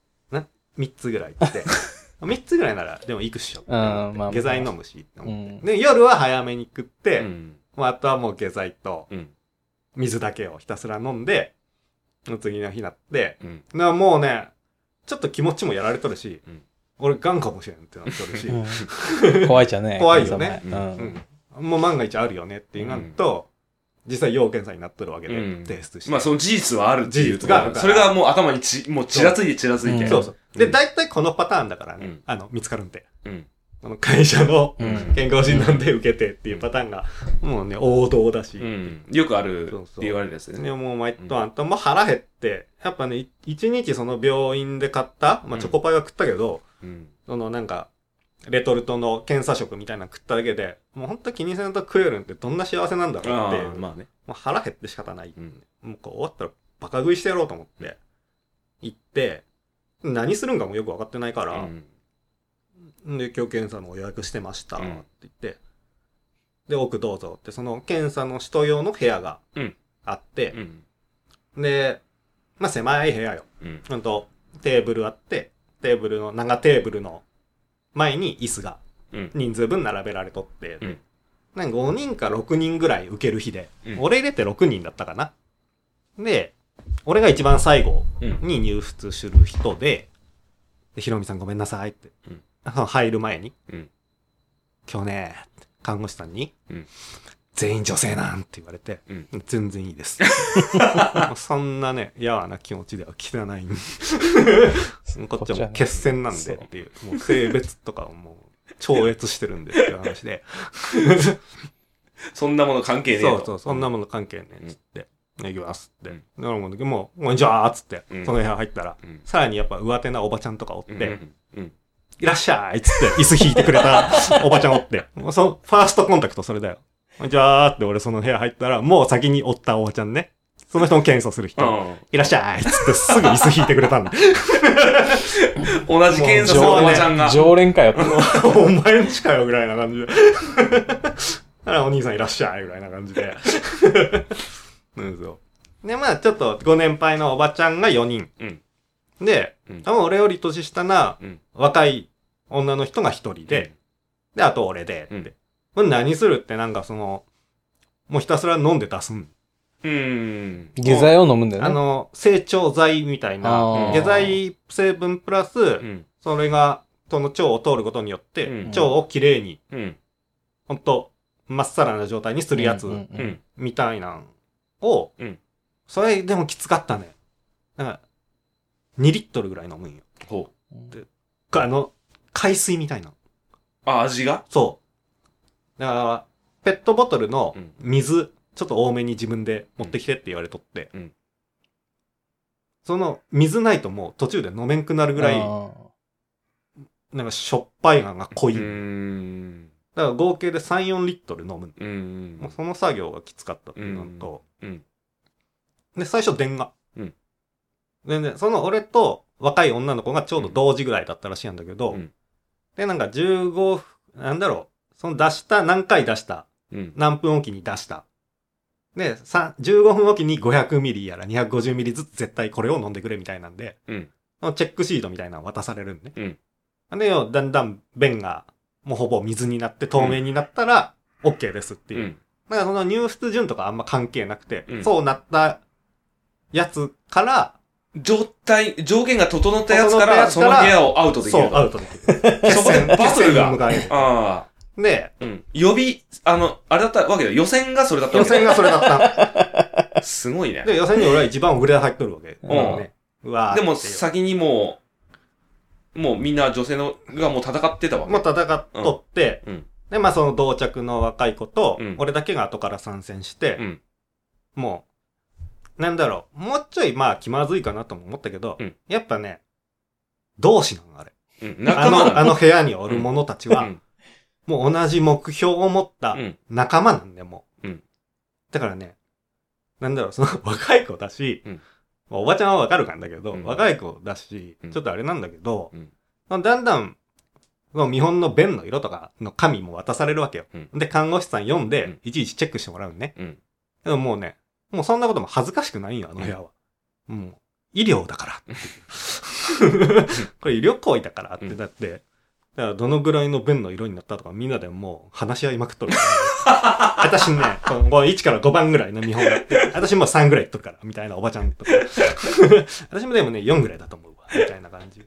3つぐらい行って。3つぐらいなら、でも行くっしょ。下剤飲むし、で、夜は早めに食って、あとはもう下剤と、水だけをひたすら飲んで、次の日になって、もうね、ちょっと気持ちもやられとるし、俺癌かもしれんってなっとるし。 怖いじゃね。 怖いよね。もう万が一あるよねっていうのと、実際要検査になっとるわけで、提出して。 まあその事実はあるっていう事実があるから。それがもう頭にもうちらついて。 そうそう。で、大体このパターンだからね、見つかるんで。会社の健康診断で受けてっていうパターンが、もうね、王道だし。 よくあるって言われるやつね。 でもう、あんたも腹減って、やっぱね、一日その病院で買った、チョコパイは食ったけど、なんか、レトルトの検査食みたいなの食っただけで、もうほんと気にせんと食えるんってどんな幸せなんだろうっていう。まあね。もう腹減って仕方ない。もう終わったらバカ食いしてやろうと思って、行って、何するんかもよくわかってないから、で、今日検査の予約してましたって言って、で、奥どうぞって、その検査の人用の部屋があって、で、まあ狭い部屋よ。ほんと、テーブルあって、長テーブルの前に椅子が人数分並べられとって、なんか5人か6人ぐらい受ける日で、俺入れて6人だったかな。で、俺が一番最後に入室する人で、ひろみさんごめんなさいって。入る前に、今日ね、看護師さんに、全員女性なんって言われて、全然いいです。そんなね、やわな気持ちでは来てないんこっちはもう決戦なんでっていう、もう性別とかをもう超越してるんですっていう話で。 そんなもの関係ねえと。そう、そんなもの関係ねえっつって、行きますって。だからもう、こんにちはーっつって、その部屋入ったら、さらにやっぱ上手なおばちゃんとかおって、いらっしゃいっつって椅子引いてくれたおばちゃんおって。ファーストコンタクトそれだよ。こんにちはーって俺その部屋入ったら、もう先におったおばちゃんね。その人も検査する人。いらっしゃいっつってすぐ椅子引いてくれたんだ。 同じ検査するおばちゃんが。 常連かよ。 お前んちかよぐらいな感じで。お兄さんいらっしゃいぐらいな感じで。で、まあちょっとご年配のおばちゃんが4人。で、多分俺より年下な若い女の人が1人で、で、あと俺で、これ何するってなんかもうひたすら飲んで出すん。 下剤を飲むんだよね。 成長剤みたいな、下剤成分プラス、それが、その腸を通ることによって、腸をきれいに、ほんと、まっさらな状態にするやつ、みたいなんを、それでもきつかったね。なんか、2リットルぐらい飲むんよ。 ほう。で、海水みたいな。 あ、味が？ そう。だから、 ペットボトルの水、ちょっと多めに自分で持ってきてって言われとって、その水ないともう途中で飲めんくなるぐらい、なんかしょっぱいのが濃い。だから合計で3、4リットル飲む。もうその作業がきつかったっていうのと、で、最初電話。で、その俺と若い女の子がちょうど同時ぐらいだったらしいんだけど、で、なんか15、なんだろう、その何回出した、何分おきに出した。で、15分おきに500ミリやら250ミリずつ絶対これを飲んでくれみたいなんで、チェックシートみたいなの渡されるんね。でよ、だんだん便がもうほぼ水になって透明になったら OK ですっていう。だからその入出順とかあんま関係なくて、そうなったやつから、 条件が整ったやつから、その部屋をアウトできる。 そう、アウトできる。 そこでバトルが。 で、 あれだったわけだよ。予選がそれだったわけだ。予選がそれだった。 すごいね。 で、予選に俺は一番遅れで入っとるわけ。 うわでも先にもうみんな女性がもう戦ってたわけ。 もう戦っとって、で、まあその同着の若い子と、俺だけが後から参戦して、もう、なんだろう、もうちょいまあ気まずいかなとも思ったけど、やっぱね、同志なのあれ。あの部屋におる者たちは、もう同じ目標を持った仲間なんだよ、もう。だからね、なんだろう、その若い子だし、おばちゃんはわかるかんだけど、若い子だし、ちょっとあれなんだけど、だんだん、見本の便の色とかの紙も渡されるわけよ。で、看護師さん読んで、いちいちチェックしてもらうね。でももうね、もうそんなことも恥ずかしくないよ、あの部屋は。もう、医療だからっていう。これ医療行為だからって、だって、だからどのぐらいの便の色になったとかみんなでもう話し合いまくっとるから、ね。私ね、1から5番ぐらいの見本があって、私も3ぐらいいっとるから、みたいなおばちゃんとか。私もでもね、4ぐらいだと思うわ、みたいな感じ。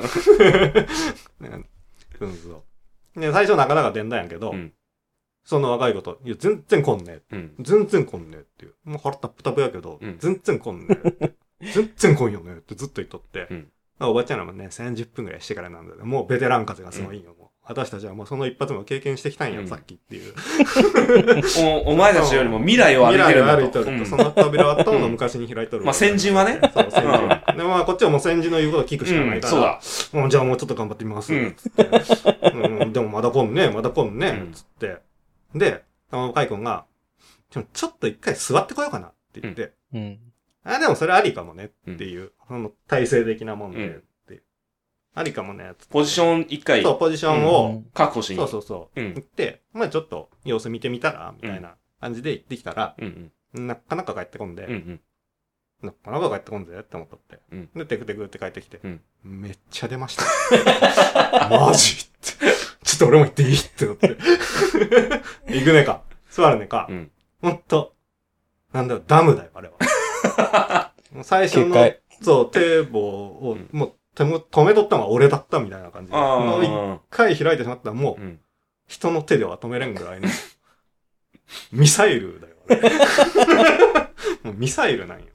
で、最初なかなか出んだんやけど、その若い子と、いや、全然来んねえ。全然来んねえっていう。もう腹タップタプやけど、全然来んねえって。全然来んよねってずっと言っとって。おばちゃんらもね、30分くらいしてからなんだよね。もうベテラン風がすごいよ。もう私たちはもうその一発も経験してきたんや、さっきっていう。 お前たちよりも未来を歩いてるんだと。 未来を歩いてると。その扉はとうの昔に開いとる。 まあ先人はね。 そう、先人。で、まあこっちはもう先人の言うことを聞くしかないから。そうだ。じゃあもうちょっと頑張ってみます。つって。でもまだ来んね、つって。で、若い子が、ちょっと一回座ってこようかなって言って。でもそれありかもねっていう、その体制的なもんでって、ありかもねポジション一回。 そう、ポジションを確保しに。 そう。言って、まあちょっと様子見てみたら、みたいな感じで行ってきたら、なかなか帰ってこんで、なかなか帰ってこんでって思っとって。で、テクテクって帰ってきて、めっちゃ出ました。マジって。ちょっと俺も行っていいってなって。行くねか。座るねか。ほんと、なんだろう、ダムだよ、あれは。最初の、そう、堤防を、もう、止めとったのは俺だったみたいな感じで。もう一回開いてしまったらもう、人の手では止めれんぐらいの、ミサイルだよ、あれ。もうミサイルなんよ。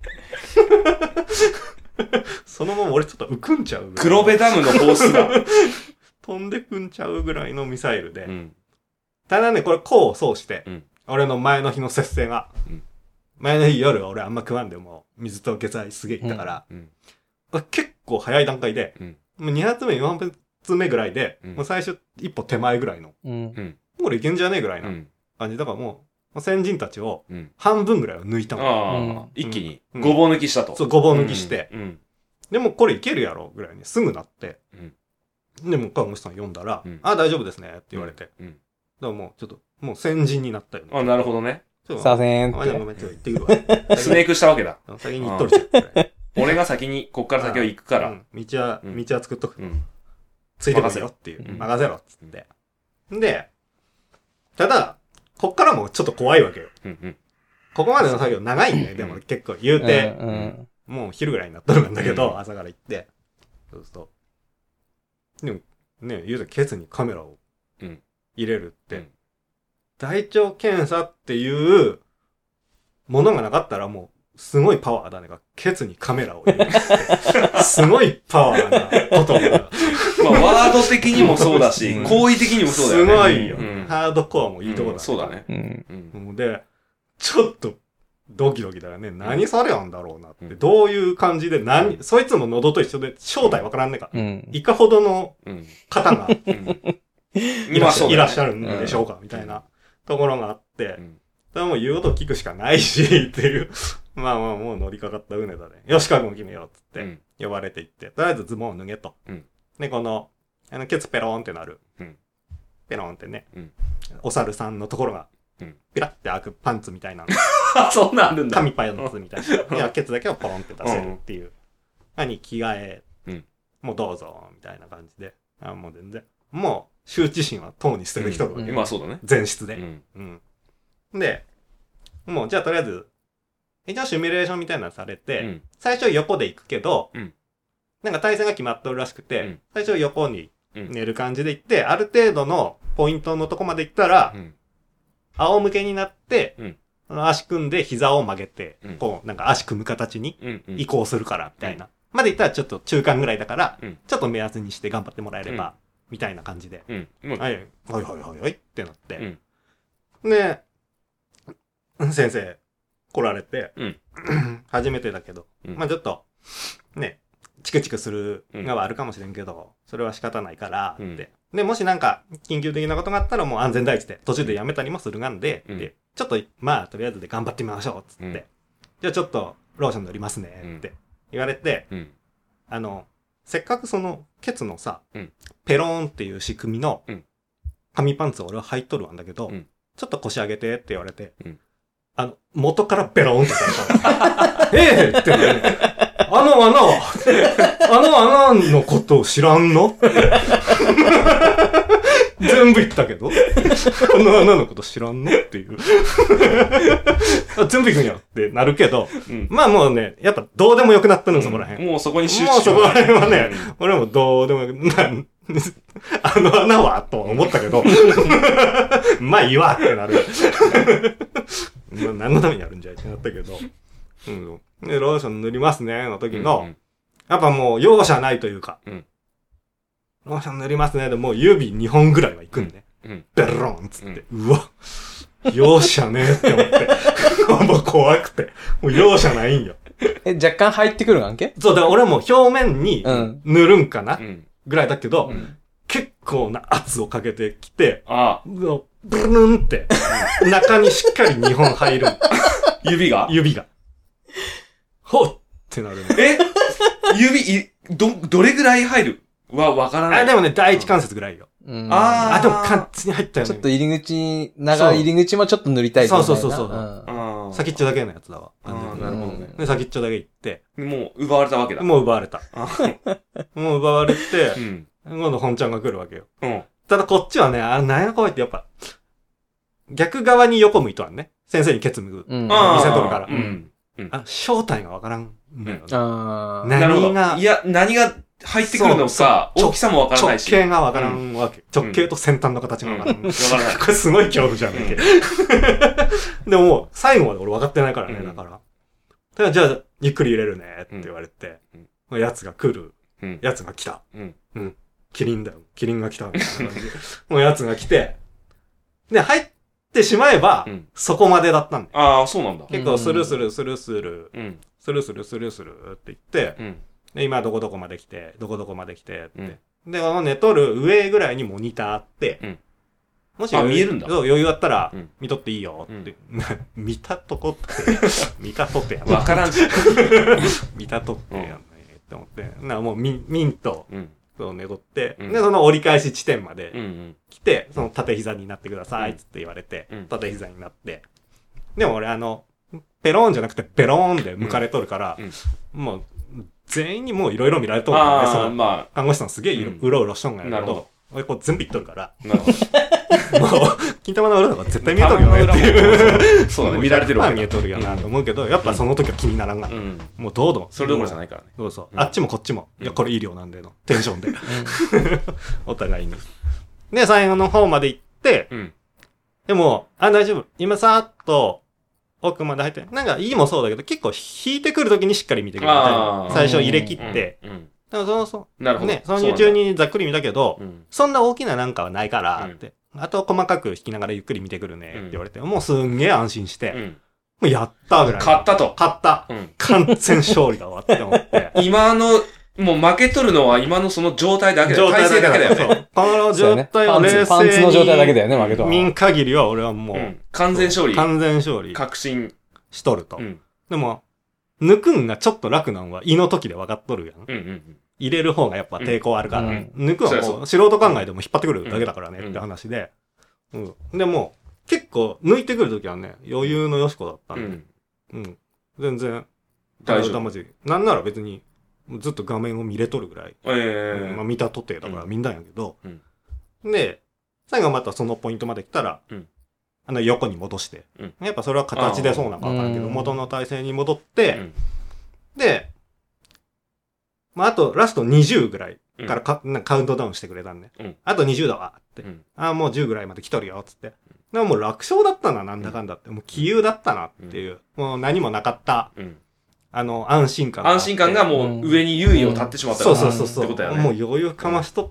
そのまま俺ちょっと浮くんちゃうぐらい。 黒部ダムの放出だ。 飛んでくんちゃうぐらいのミサイルで。ただね、これ功を奏して、俺の前の日の節制が、前の日夜は俺あんま食わんでも、水と下剤すげえいったから、結構早い段階で、もう2発目、4発目ぐらいで、もう最初一歩手前ぐらいの、これいけんじゃねえぐらいな感じ。だからもう、先人たちを半分ぐらいは抜いたの。一気にごぼう抜きしたと。 そう、ごぼう抜きして、でもこれいけるやろぐらいにすぐなって、でも看護師さん読んだら、大丈夫ですねって言われて、だからもうちょっと、もう先人になったよね。 なるほどね。 させんって。ごめん、ちょっと行ってくるわ。 スネークしたわけだ。 先に行っとるじゃん。 俺が先に、こっから先を行くから。 道は作っとく。ついてこいよっていう。任せろっつって。で、ただ、こっからもちょっと怖いわけよ。ここまでの作業長いんだよ。でも結構言うて、もう昼ぐらいになっとるんだけど、朝から行って。そうすると。でも、ね、言うてケツにカメラを入れるって、大腸検査っていうものがなかったらもうすごいパワーだねがケツにカメラを入れるってすごいパワーなことがまあ、ワード的にもそうだし、行為的にもそうだよね。 すごいよ。ハードコアもいいとこだね。 そうだね。 で、ちょっと、ドキドキだよね。何されやんだろうなって。どういう感じで、そいつも喉と一緒で正体わからんねえから。いかほどの方がいらっしゃるんでしょうかみたいなところがあって、それはもう言うことを聞くしかないし、っていう。まあまあもう乗りかかった船だね。よし、覚悟決めようっつって、呼ばれていって、とりあえずズボンを脱げと。で、この、ケツペローンってなる。ペローンってね、お猿さんのところが、ピラって開くパンツみたいな。 そんなんあるんだ。 紙パンツみたいな。いや、ケツだけをポロンって出せるっていう。何着替え、もうどうぞ、みたいな感じで。もう全然。もう、羞恥心はとうに捨てる人だけ。まあそうだね。 前室で。で、もう、じゃあとりあえず、一応シミュレーションみたいなのされて、最初横で行くけど、なんか対戦が決まっとるらしくて、最初横に寝る感じで行って、ある程度のポイントのとこまで行ったら、仰向けになって、足組んで膝を曲げて、こう、なんか足組む形に移行するから、みたいな。まで言ったらちょっと中間ぐらいだから、ちょっと目安にして頑張ってもらえれば、みたいな感じで。はいってなって。で、先生、来られて、初めてだけど、まあちょっと、ね、チクチクするのはあるかもしれんけど、それは仕方ないから、って。で、もしなんか、緊急的なことがあったらもう安全第一で、途中でやめたりもするがんで、で、ちょっと、まあ、とりあえずで頑張ってみましょう、つって。じゃあちょっと、ローション塗りますね、って言われて、せっかくその、ケツのさ、ペローンっていう仕組みの、紙パンツを俺は履いとるんだけど、ちょっと腰上げてって言われて、元からベローンってされた。ってね。あの穴のことを知らんの全部言ったけど、あの穴のこと知らんのっていう。全部行くんやってなるけど、まあもうね、やっぱどうでもよくなったの、そこら辺。 もうそこに集中。もうそこら辺はね、俺もどうでもよくあの穴はとは思ったけど、まあいいわってなる。何のためにやるんじゃいってなったけど。で、ローション塗りますね、の時の、やっぱもう容赦ないというか、ローション塗りますね、でもう指2本ぐらいは行くんね。ベロンっつって、うわ、容赦ねえって思って。もう怖くて。もう容赦ないんよ。 若干入ってくるわけ？ そう、だから俺も表面に塗るんかな、ぐらいだけど、結構な圧をかけてきて、ブルーンって、中にしっかり2本入る。 指が。 ほっってなる。 どれぐらい入るはわからない。 でもね、第一関節ぐらいよ。でも完全に入ったよね。 ちょっと入り口、長い入り口もちょっと塗りたい。 そう。先っちょだけのやつだわ。 なるほどね。 で、先っちょだけ行って。 もう奪われたわけだ。 もう奪われた。もう奪われて、今度本ちゃんが来るわけよ。ただこっちはね、なんやこいってやっぱ、逆側に横向いとはね。先生にケツ向く。見せとるから。正体がわからん。 何が入ってくるのか、大きさもわからないし。 直径がわからんわけ。直径と先端の形がわからん。これすごい恐怖じゃんね。でももう、最後まで俺分かってないからね、だから。じゃあ、ゆっくり入れるね、って言われて、やつが来る。やつが来た。キリンだよ。キリンが来た。みたいな感じで。もうやつが来て、で、入ってしまえば、そこまでだったんだよ。そうなんだ。 結構スルスルって言って、で、今どこどこまで来て、って。で、寝とる上ぐらいにモニターあって、もし見えるんだ。 余裕あったら、見とっていいよって。見たとこって、見たとってやん。 わからんし。 見たとってやんねって思って。もうミンと、寝とって、で、その折り返し地点まで来て、その縦膝になってくださいって言われて、縦膝になって。でも俺ペローンじゃなくてペローンで向かれとるから、もう、全員にもういろいろ見られとるからね、その、看護師さんすげえうろうろしとんがやけど、俺こう全部言っとるから、もう、金玉の裏とか絶対見えとるよねっていう。 そうだね、見られてるわけ見えとるよなと思うけど、やっぱその時は気にならんが。もうどうぞ。 それどころじゃないからね。 そう。あっちもこっちも、いや、これいい量なんでの、テンションで。お互いに。で、最後の方まで行って、でも、大丈夫。今さーっと、奥まで入って、なんか、いいもそうだけど、結構引いてくるときにしっかり見てくるみたいな。最初入れ切って、 だからなるほど。 ね、その中にざっくり見たけど、そんな大きななんかはないから、って。あと細かく弾きながらゆっくり見てくるね、って言われて、もうすんげえ安心して、もうやったぐらい。 買ったと。 買った。完全勝利だわって思って。 今の、もう負け取るのは今のその状態だけだよ。体勢だけだよね。 この状態を冷静に。 パンツの状態だけだよね、負けとは。 見ん限りは俺はもう。 完全勝利。 完全勝利。 確信。 しとると。でも、抜くんがちょっと楽なんは胃の時で分かっとるやん。入れる方がやっぱ抵抗あるから。抜くはもう素人考えでも引っ張ってくるだけだからねって話で。でも、結構抜いてくる時はね、余裕のよしこだったんで。全然、大丈夫。なんなら別に、ずっと画面を見れとるぐらい。まあ見たとてだから見んだんやけど。で、最後またそのポイントまで来たら、横に戻して。やっぱそれは形でそうなのかわからんけど、元の体勢に戻って、で、まああとラスト20ぐらいからカウントダウンしてくれたんで。あと20だわって。もう10ぐらいまで来とるよ、つって。でももう楽勝だったな、なんだかんだって。もう気有だったなっていう。もう何もなかった。安心感。 安心感がもう上に優位を立ってしまったから。 そう。もう余裕かましとって、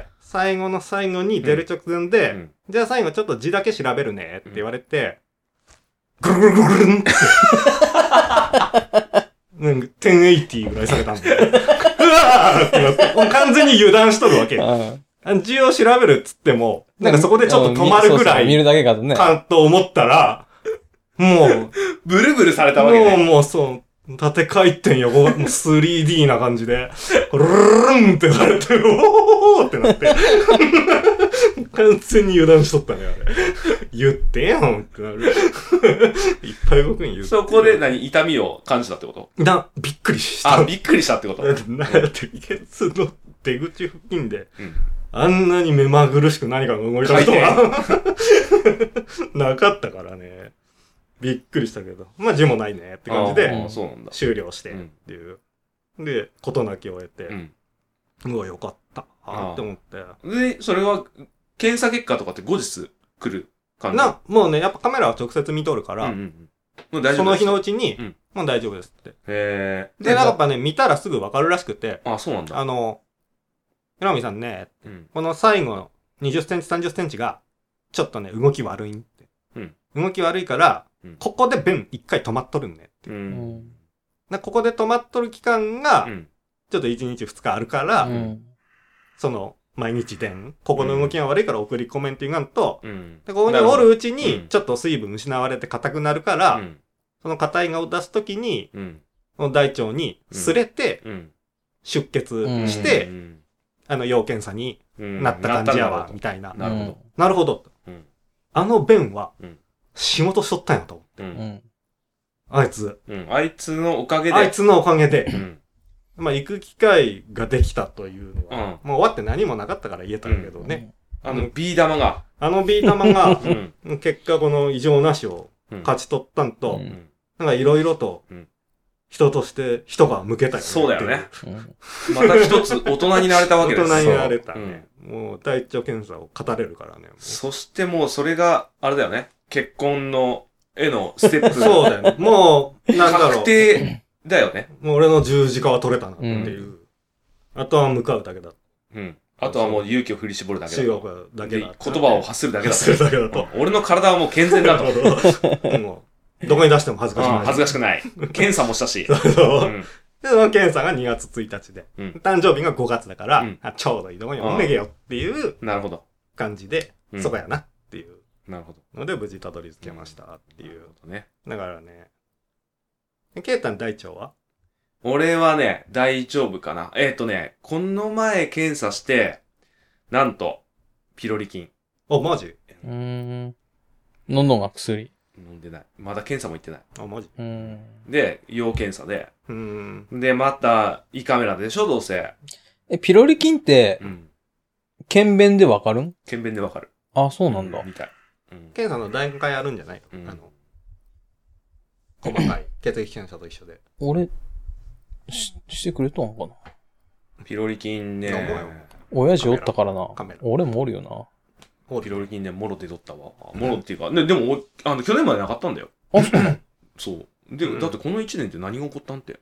最後の最後に出る直前で、じゃあ最後ちょっと字だけ調べるねって言われて、ぐるぐるぐるぐるんって。1080ぐらい下げたんで。うわーってなって、もう完全に油断しとるわけ。字を調べるっつっても、なんかそこでちょっと止まるぐらい、 見るだけかとね。 かと思ったら、もう、 ブルブルされたわけね。 もうそう、縦回転横、もう 3D な感じで、ルルルンってなれて、おーってなって。完全に油断しとったね、あれ。言ってやんってなる。いっぱい動くん言って。 そこで痛みを感じたってことびっくりした。 びっくりしたってことだって、ケツの出口付近で、あんなに目まぐるしく何かが動いたことがなかったからね。びっくりしたけど。まあ字もないねって感じで、終了してっていう。で、事なきを得て、うわ、よかったって思って。 で、それは、検査結果とかって後日来る感じもうね、やっぱカメラは直接見とるから、その日のうちに、もう大丈夫ですって。で、やっぱね、見たらすぐわかるらしくて、 そうなんだ。 ヒロミさんね、この最後の20センチ、30センチが、ちょっとね、動き悪いんって。動き悪いから、ここで弁一回止まっとるんねって。ここで止まっとる期間が、ちょっと1日2日あるから、その、毎日ここの動きが悪いから送りコメンティングと、で、ここにおるうちに、ちょっと水分失われて硬くなるから、その硬いがを出すときに、この大腸に擦れて、出血して、要検査になった感じやわ、みたいな。 なるほど。 なるほど。あの弁は、仕事しとったんやと思って。あいつ。 あいつのおかげで。まあ、行く機会ができたというのは、もう終わって何もなかったから言えたんだけどね。 ビー玉が。 ビー玉が、結果この異常なしを勝ち取ったんと、なんかいろいろと、人として人が向けたよね。 そうだよね。また一つ大人になれたわけです。 大人になれたね。もう大腸検査を語れるからね。 そしてもうそれが、あれだよね。結婚のへのステップ。 そうだよね。もう、なんだろう。 確定だよね。 もう俺の十字架は取れたなっていう。あとは向かうだけだ。 あとはもう勇気を振り絞るだけだ。 言葉を発するだけだ。 と。 俺の体はもう健全だと。 どこに出しても恥ずかしくない。 恥ずかしくない。検査もしたし。 で、その検査が2月1日で。誕生日が5月だから、ちょうどいいとこにおめげよっていう感じで、そこやなっていう。 なるほど。 ので無事たどり着けましたっていう。だからね。ケイタン大腸は俺はね、大丈夫かな。この前検査して、なんと、ピロリ菌。 マジ？ 飲んどんが薬。 飲んでない。まだ検査も行ってない。 マジ？ で、要検査で。で、また、胃カメラでしょ、どうせ。 ピロリ菌って、検便でわかるん？ 検便でわかる。 そうなんだ。 みたい。 検査の段階あるんじゃないの？細かい。血液検査と一緒で。 俺、してくれとんかな。 ピロリ菌ね。 親父おったからな。俺もおるよな。 ピロリ菌ね、もろ出とったわ。もろっていうか、ね、でも、去年までなかったんだよ。 そうなの？ そう。で、だってこの1年って何が起こったんって。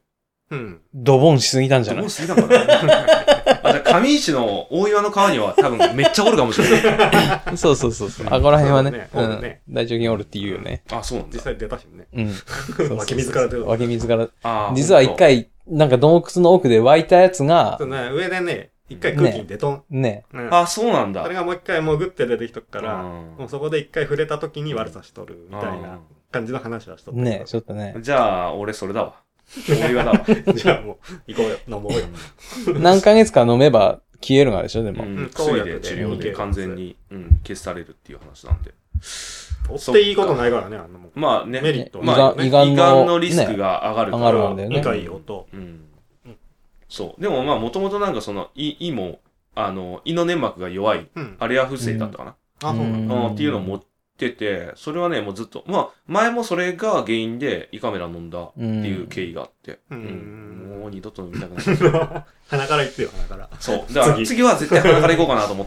ドボンしすぎたんじゃない？ ドボンしすぎたんかな。あ、じゃあ上市の大岩の川には多分めっちゃおるかもしれない。 そう。あ、こら辺はね。大腸菌おるって言うよね。 あ、そうなんだ。 実際出たしね。 湧き水から出る。 湧き水から。実は一回、なんか洞窟の奥で湧いたやつが、 上でね、一回空気に出とん。 ね。 あ、そうなんだ。 それがもう一回潜って出てきとくから、もうそこで一回触れた時に悪さしとるみたいな感じの話はしとった。 ね、ちょっとね。 じゃあ、俺それだわ。大岩だわ。 じゃあもう、行こうよ。飲もうよ。 何ヶ月か飲めば消えるがでしょ、でも。 薬で治療で完全に消されるっていう話なんで。 追っていいことないからね、 まあね。 メリット。 まあ、胃がんのリスクが上がるから。 上がるんだよね。 胃がいい音。 そう。でもまあ、もともとなんかその、胃も、胃の粘膜が弱い、アレア不正だったかな。 あ、そうなんだ。 っていうのを持ってて、それはね、もうずっと、まあ、前もそれが原因で胃カメラ飲んだっていう経緯があって、もう二度と飲みたくない。 鼻から行ってよ、鼻から。 そう。だから次は絶対鼻から行こうかなと思って。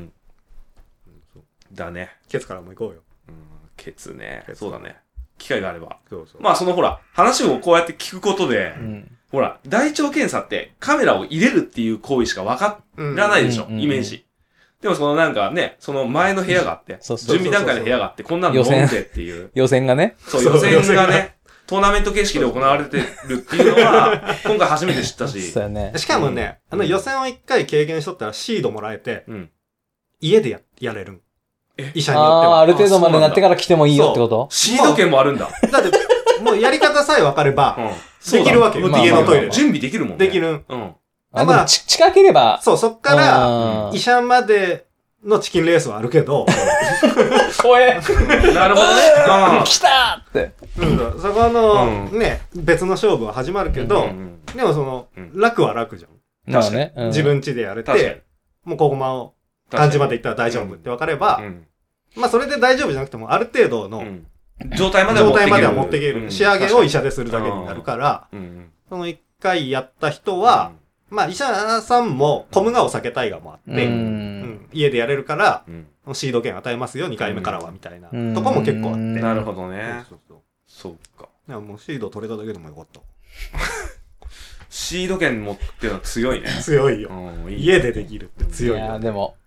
だね。 ケツからも行こうよ。 ケツね。そうだね。機会があれば。まあ、そのほら、話をこうやって聞くことで、ほら、大腸検査ってカメラを入れるっていう行為しかわからないでしょ、イメージ。でもそのなんかね、その前の部屋があって、準備段階の部屋があって、こんなの飲んでっていう。 予選がね。 そう、予選がね、トーナメント形式で行われてるっていうのは、今回初めて知ったし。 そうやね。 しかもね、予選を一回経験しとったらシードもらえて、家でやれる。医者によっては。 ある程度までなってから来てもいいよってこと？ シード券もあるんだ。 だって、もうやり方さえ分かれば、できるわけよ。家のトイレ。 準備できるもんね。 できる。 でも近ければ。 そう、そっから、医者までのチキンレースはあるけど。 怖え。 なるほどね。 来たって。 そこの、ね、別の勝負は始まるけど、でもその、楽は楽じゃん。 確かに。 自分家でやれて、もうここまを、感じまで行ったら大丈夫って分かれば、まあそれで大丈夫じゃなくても、ある程度の、 状態までは持っていける。仕上げを医者でするだけになるから、その一回やった人は、まあ医者さんもコムガを避けたいがもあって、家でやれるから、シード権与えますよ、2回目からは、みたいなとこも結構あって。 なるほどね。そうか。 いや、もうシード取れただけでもよかった。 シード権持ってるのは強いね。 強いよ。家でできるって強いよ。 いや、でも。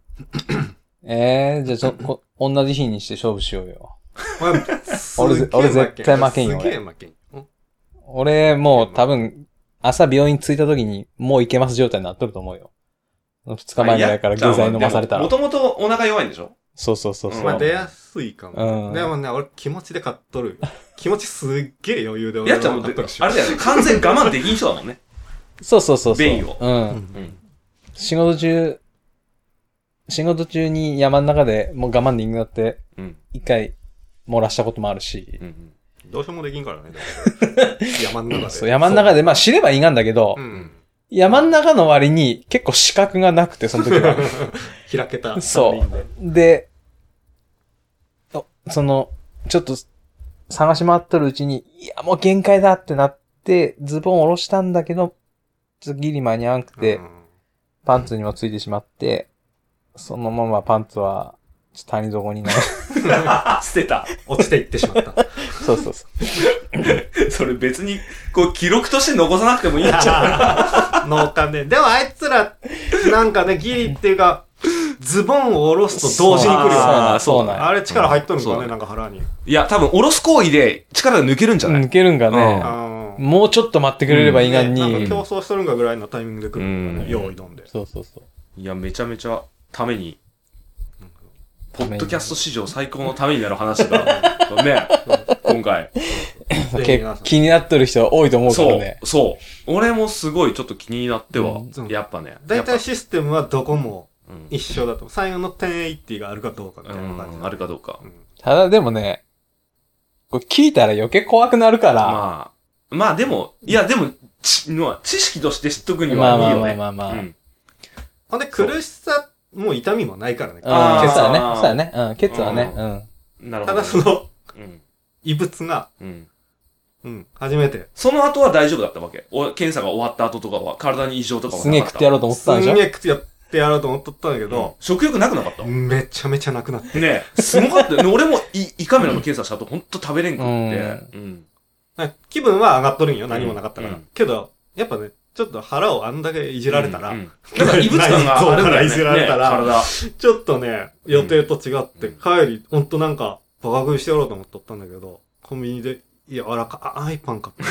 じゃあ同じ日にして勝負しようよ。俺絶対負けんよ。俺もう多分朝病院着いた時にもういけます状態になっとると思うよ。2日前ぐらいから具材飲まされたら。 もともとお腹弱いんでしょ？ そう。 まあ出やすいかも。でもね、俺気持ちで買っとる。気持ちすっげえ余裕で俺やっちゃんもあれだよね、完全我慢できん人だもんね。 そう。 便意を。 仕事中に山の中でもう我慢できなくなって、一回漏らしたこともあるし。 どうしようもできんからね。山の中で。 そう、山の中で、まあ知ればいいがんだけど、山の中の割に結構視覚がなくて、その時は。 開けた。 そう。で、ちょっと探し回っとるうちに、いやもう限界だってなって、ズボン下ろしたんだけど、ギリ間に合わなくて、パンツにもついてしまって、そのままパンツは、谷底にね。 捨てた。 落ちていってしまった。 そう。 それ別に、こう、記録として残さなくてもいいんじゃん。 農家ね。でもあいつら、なんかね、ギリっていうか、ズボンを下ろすと同時に来るよね。 そうな。 あれ力入っとるんかね、なんか腹に。 いや、多分、下ろす行為で力が抜けるんじゃない？ 抜けるんかね。もうちょっと待ってくれればいいがんに。 なんか競争しとるんかぐらいのタイミングで来るんだね。用意飲んで。 そう。 いや、めちゃめちゃ、ために。ポッドキャスト史上最高のためになる話だ。ね。今回。 気になってる人は多いと思うからね。 そう。俺もすごいちょっと気になっては、やっぱね。 だいたいシステムはどこも一緒だと。最後の1080があるかどうかみたいな感じ。 あるかどうか。 ただでもね、これ聞いたら余計怖くなるから。 まあでも、いやでも、知識として知っとくにはいいよね。 まあ。 ほんで苦しさ、もう痛みもないからね。 そうだね。ケツはね。 なるほど。 ただその、異物が、初めて。 その後は大丈夫だったわけ？検査が終わった後とかは、体に異常とかはなかった？ すげえ食ってやろうと思ったんでしょ？ すげえ食ってやろうと思っとったんだけど、 食欲なくなかった？ めちゃめちゃなくなって。 ねすごかったよね。俺も胃カメラの検査した後ほんと食べれんくって。 気分は上がっとるんよ、何もなかったから。けど、やっぱね、ちょっと腹をあんだけいじられたら、なんか異物感があるからいじられたら、ちょっとね、予定と違って、帰り、ほんとなんか、バカ食いしてやろうと思っとったんだけど、コンビニで、柔らかいパン買った。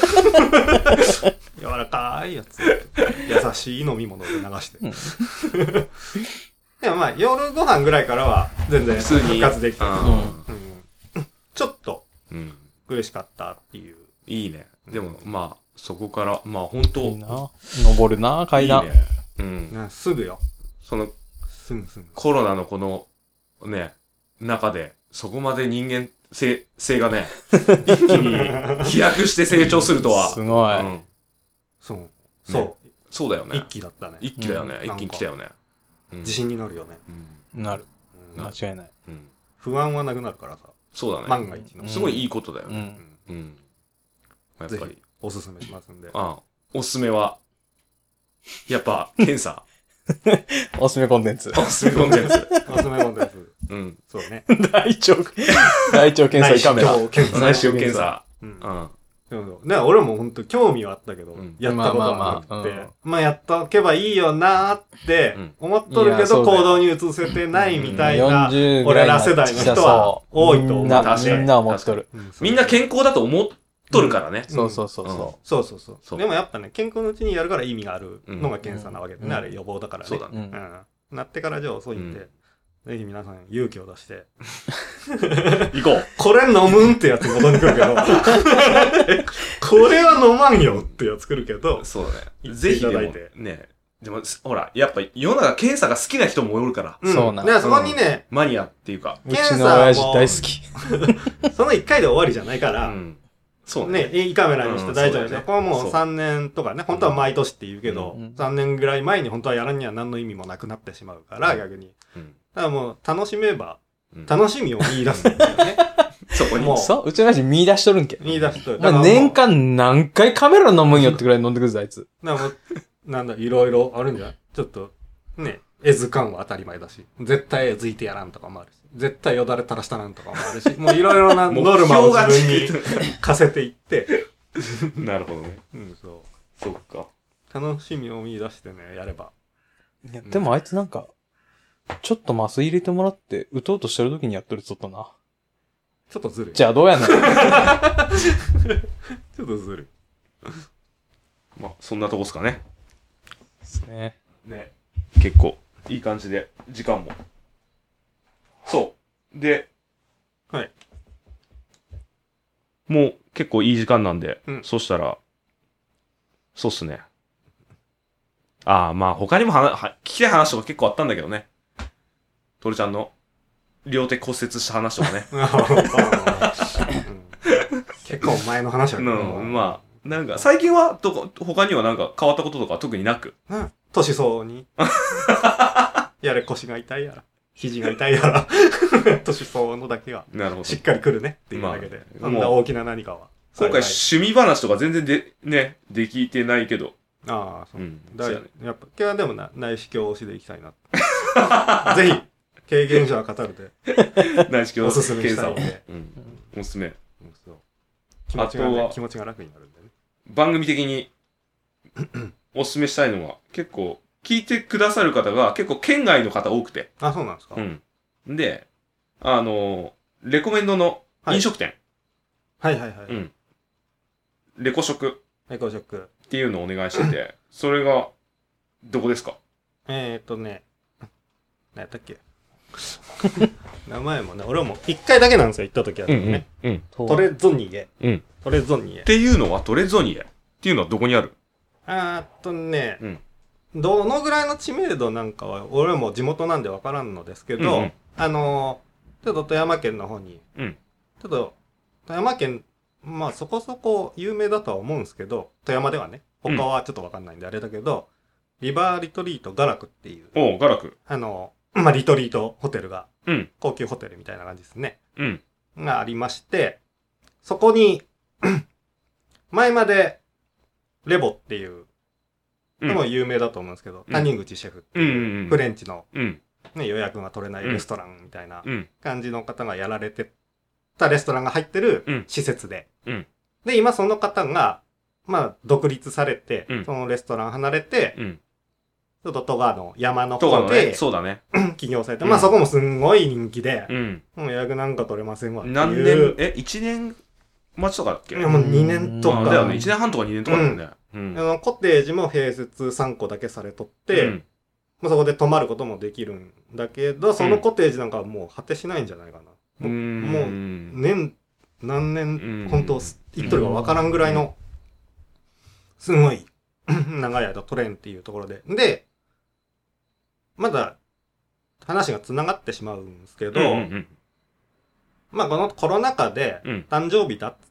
柔らかいやつ。優しい飲み物で流して。でもまあ、夜ご飯ぐらいからは、全然、復活できた。ちょっと、嬉しかったっていう。 いいね。でも、まあ、そこから、まあ本当いいな。登るな、階段。 いいね。すぐよ。 すぐ。 すぐ。 コロナのこの、ね、中で、そこまで人間性がね、一気に飛躍して成長するとは。 すごい。 そう。 そうだよね。 一気だったね。 一気だよね。一気に来たよね。 自信になるよね。 なる。間違いない。 不安はなくなるからさ。 そうだね。 万が一の。 すごいいいことだよね。やっぱり。 おすすめしますんで。 おすすめは、やっぱ、検査。 おすすめコンテンツ。 おすすめコンテンツ。 おすすめコンテンツ。そうね。 大腸検査カメラ。 内視鏡検査。 ね、俺も本当興味はあったけど、やったことはなくて、まあやっとけばいいよなーって思っとるけど、行動に移せてないみたいな、俺ら世代の人は多いと思う。 みんな思っとる。 みんな健康だと思っとるからね。 そう。 でもやっぱね、健康のうちにやるから意味があるのが検査なわけでね、あれ予防だからね。 そうだね。 なってからじゃあ遅いんで、ぜひ皆さん勇気を出して。 行こう。 これ飲むんってやつ元に来るけど。これは飲まんよってやつ来るけど。 そうだね。ぜひいただいて。ね。でも、ほら、やっぱ世の中検査が好きな人もおるから。 そうなんだ。そこにね、 マニアっていうか。 うちの親父大好き。 その1回で終わりじゃないから。 そうね。胃カメラにして大丈夫ですよ。これはもう3年とかね、本当は毎年って言うけど、3年ぐらい前に本当はやらんには何の意味もなくなってしまうから、逆に。だからもう楽しめば、楽しみを見出すんだよね。 そこに。 そう、うちの親父見出しとるんけ。 見出しとる。 年間何回カメラ飲むんよってくらい飲んでくるぞ、あいつ。 なんだ、いろいろあるんじゃないちょっと、ね、絵図感は当たり前だし、絶対絵づいてやらんとかもあるし、絶対よだれ垂らしたなんとかもあるし、もういろいろなノルマを自分に課せていって。 なるほどね。 そう。 そっか。 楽しみを見出してね、やれば。 いや、でもあいつなんか、ちょっと麻酔入れてもらって、打とうとしてる時にやっとるっつったな。 ちょっとずるい。 じゃあどうやねん。ちょっとずるい。まあ、そんなとこっすかね。 ですね。 ね。結構、いい感じで、時間も。そう。で、 はい。 もう結構いい時間なんで、そしたら、そうっすね。まあ他にも聞きたい話とか結構あったんだけどね。トルちゃんの両手骨折した話とかね。 結構前の話だけど。 まあ、なんか最近は他にはなんか変わったこととか特になく。 年相応に。やれ腰が痛いやら。肘が痛いやら。年相応のだけが。 なるほど。 しっかり来るねっていうだけで。そんな大きな何かは。 今回趣味話とか全然できてないけど。 ああ、そう。やっぱ、今日はでも内視鏡推しでいきたいな。ぜひ、経験者は語るで。 内視鏡おすすめしたいんで。 おすすめ。 気持ちが楽になるんでね。 番組的におすすめしたいのは、結構、聞いてくださる方が結構県外の方多くて。 あ、そうなんですか。 で、レコメンドの飲食店。 はい。 レコ食。っていうのをお願いしてて、それが、どこですか？ 何やったっけ名前もね、俺も一回だけなんですよ、行った時はね。トレゾニエ。トレゾニエ。 っていうのはトレゾニエっていうのはどこにある？ どのぐらいの知名度なんかは、俺も地元なんでわからんのですけど、ちょっと富山県の方に、ちょっと富山県、まあそこそこ有名だとは思うんですけど、富山ではね、他はちょっとわかんないんであれだけど、リバーリトリートガラクっていう。 ガラク。 まあリトリートホテルが、高級ホテルみたいな感じですね。がありまして、そこに、前まで、レボっていう、でも有名だと思うんですけど、谷口シェフっていう、フレンチの、予約が取れないレストランみたいな感じの方がやられてたレストランが入ってる施設で、 で、今その方が、まあ、独立されて、そのレストラン離れて、ちょっと戸川の山の方で、 そうだね。 起業されて、まあそこもすんごい人気で、もう予約なんか取れませんわっていう。 何年、1年待ちとかだっけ？ いやもう2年とか。 だよね。1年半とか2年とかだよね。 コテージも併設3個だけされとって、そこで泊まることもできるんだけど、そのコテージなんかはもう果てしないんじゃないかな。もう、何年、本当行っとるかわからんぐらいの、すごい、長い間取れんっていうところで。で、まだ、話が繋がってしまうんですけど、まあこのコロナ禍で、誕生日だって、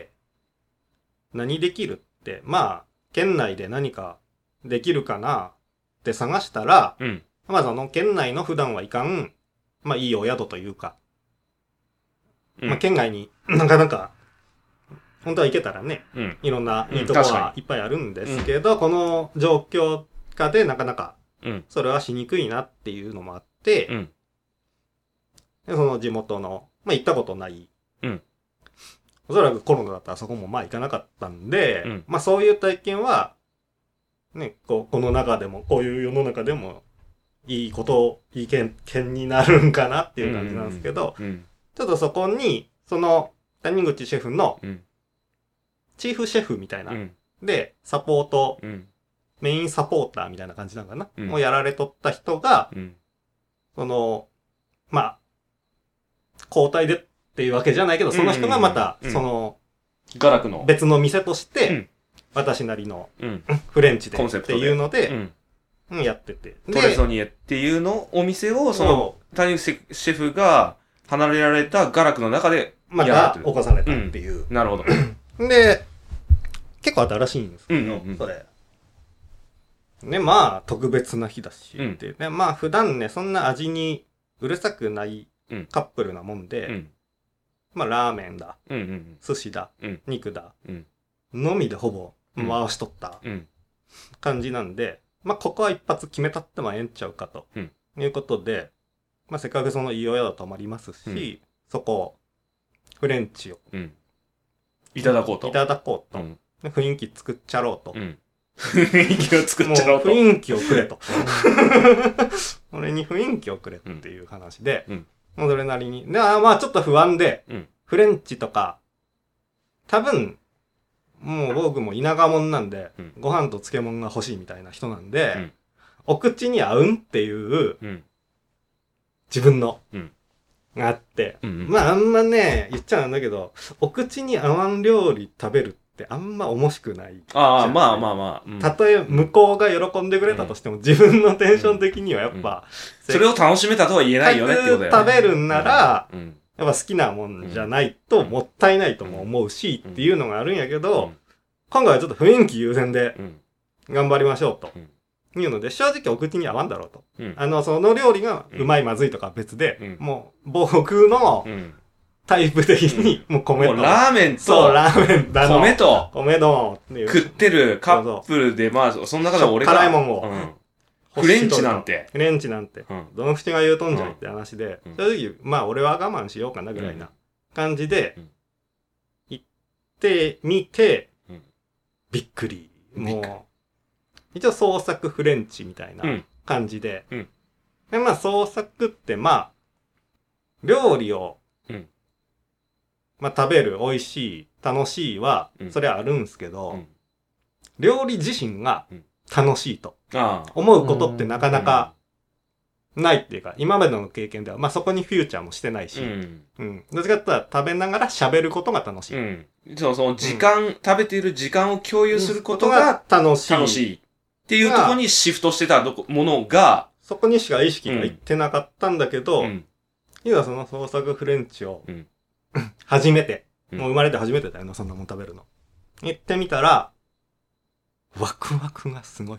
何できるって、まあ、県内で何かできるかなって探したら、まあその県内の普段はいかん、まあいいお宿というか、まあ県外になかなか、本当は行けたらね、いろんないいとこはいっぱいあるんですけど、この状況下でなかなか、それはしにくいなっていうのもあって、でその地元の、まあ行ったことない、おそらくコロナだったらそこもまあ行かなかったんで、まあそういう体験は、ね、この中でも、こういう世の中でも、いい経験になるんかなっていう感じなんですけど、ちょっとそこに、その、谷口シェフの、チーフシェフみたいな、で、サポート、メインサポーターみたいな感じなのかな、をやられとった人が、その、まあ、交代でっていうわけじゃないけど、その人がまた、その、 ガラクの別の店として、私なりのフレンチでっていうので、やってて。 トレソニエっていうのお店を、その、谷口シェフが離れられたガラクの中でまた起こされたっていう。 なるほど。 で、結構新しいんですけど、それ。ね、まあ、特別な日だし、っていうね。まあ、普段ね、そんな味にうるさくないカップルなもんで、まあ、ラーメンだ、寿司だ、肉だ、のみでほぼ回しとった感じなんで、まあ、ここは一発決めたってもええんちゃうかと、いうことで、まあ、せっかくそのいいお宿泊まりますし、そこ、フレンチを、 いただこうと。 雰囲気作っちゃろうと。 雰囲気を作っちゃろうと。 雰囲気をくれと。俺に雰囲気をくれっていう話で、それなりに。で、まあちょっと不安で、フレンチとか、多分、もう僕も田舎者なんで、ご飯と漬物が欲しいみたいな人なんで、お口に合うんっていう、自分の、があって、まああんまね、言っちゃうんだけど、お口に合わん料理食べるってあんま面白くない。 ああ、まあまあまあ。 たとえ向こうが喜んでくれたとしても、自分のテンション的にはやっぱ、 それを楽しめたとは言えないよねってことだよね。 食べるんなら、やっぱ好きなもんじゃないともったいないとも思うしっていうのがあるんやけど、今回はちょっと雰囲気優先で頑張りましょうというので、正直お口に合わんだろうと。その料理がうまいまずいとか別で、もう僕のタイプ的にもう米と。 ラーメンと、 そう、ラーメンだの。 米と、 米の食ってるカップルで、まあ、その中で俺が、 辛いもんを。 フレンチなんて。 フレンチなんて。どの口が言うとんじゃいって話で、正直、まあ俺は我慢しようかなぐらいな感じで、行ってみて、びっくり。もう、一応創作フレンチみたいな感じで。で、まあ創作ってまあ、料理を、まあ食べる、美味しい、楽しいは、それはあるんすけど、料理自身が楽しいと思うことってなかなかないっていうか、今までの経験では、まあそこにフューチャーもしてないし、どっちかって言ったら食べながら喋ることが楽しい。 その時間、食べている時間を共有することが楽しいっていうところにシフトしてたものが、 そこにしか意識がいってなかったんだけど、要はその創作フレンチを、初めて、もう生まれて初めてだよな、そんなもん食べるの。行ってみたら、ワクワクがすごい。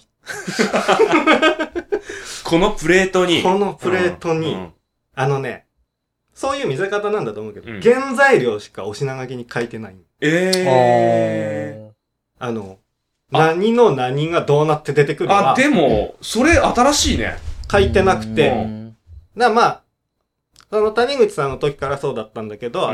このプレートに。 そういう見せ方なんだと思うけど、原材料しかお品書きに書いてない。何の何がどうなって出てくるか。 でも、それ新しいね。 書いてなくて。まあ、その谷口さんの時からそうだったんだけど、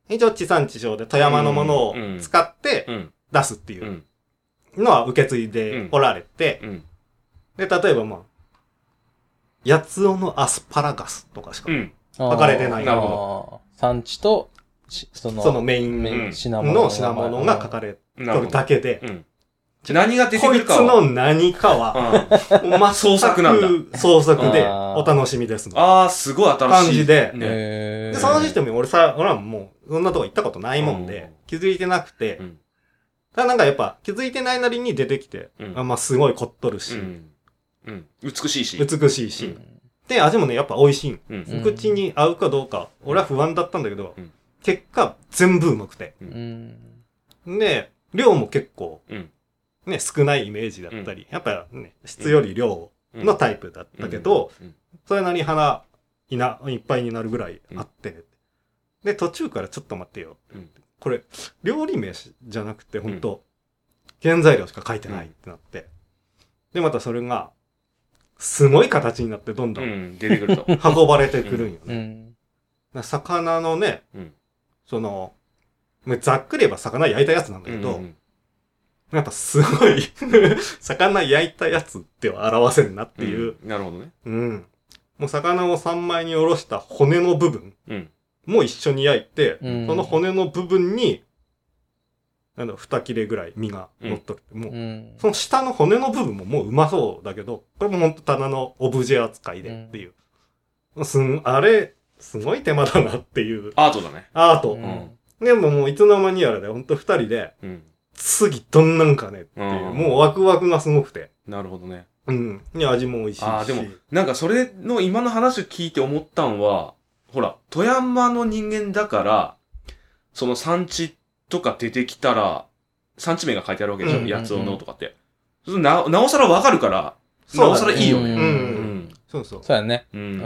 一応地産地消で富山のものを使って出すっていうのは受け継いでおられて、で、例えばまあ、八つ尾のアスパラガスとかしか書かれてない。 なるほど。産地と、 そのメインの品物が書かれてるだけで、 何が出てくるかはこいつの何かは、 創作なんだ。 創作でお楽しみですの。 ああ、すごい新しい。 感じで。 で、 そのシステムに俺はもう、そんなとこ行ったことないもんで、気づいてなくて、ただなんかやっぱ気づいてないなりに出てきて、まあすごい凝っとるし、 美しいし。 美しいし。で、味もね、やっぱ美味しい。口に合うかどうか、俺は不安だったんだけど、結果全部うまくて。で、量も結構、ね、少ないイメージだったり、やっぱね、質より量のタイプだったけど、それなりに腹いっぱいになるぐらいあって、で、途中からちょっと待ってよ。これ、料理名じゃなくて、ほんと、原材料しか書いてないってなって。で、またそれが、すごい形になってどんどん出てくると運ばれてくるんよね。魚のね、その、ざっくり言えば魚焼いたやつなんだけど、やっぱすごい魚焼いたやつっては表せんなっていう。 なるほどね。 もう魚を三枚におろした骨の部分も一緒に焼いて、その骨の部分に、2切れぐらい身が乗っとる。もう、その下の骨の部分ももううまそうだけど、これもほんとただのオブジェ扱いでっていう。あれ、すごい手間だなっていう。 アートだね。 アート。でももういつの間にやらで、ほんと2人で、次どんなんかねっていう、もうワクワクがすごくて。 なるほどね。 味も美味しいし。 でも、なんかそれの今の話を聞いて思ったんは、ほら、富山の人間だから、その産地とか出てきたら、産地名が書いてあるわけでしょ、八つ尾のとかって。なおさらわかるから、なおさらいいよね。 そうそう。 そうやね。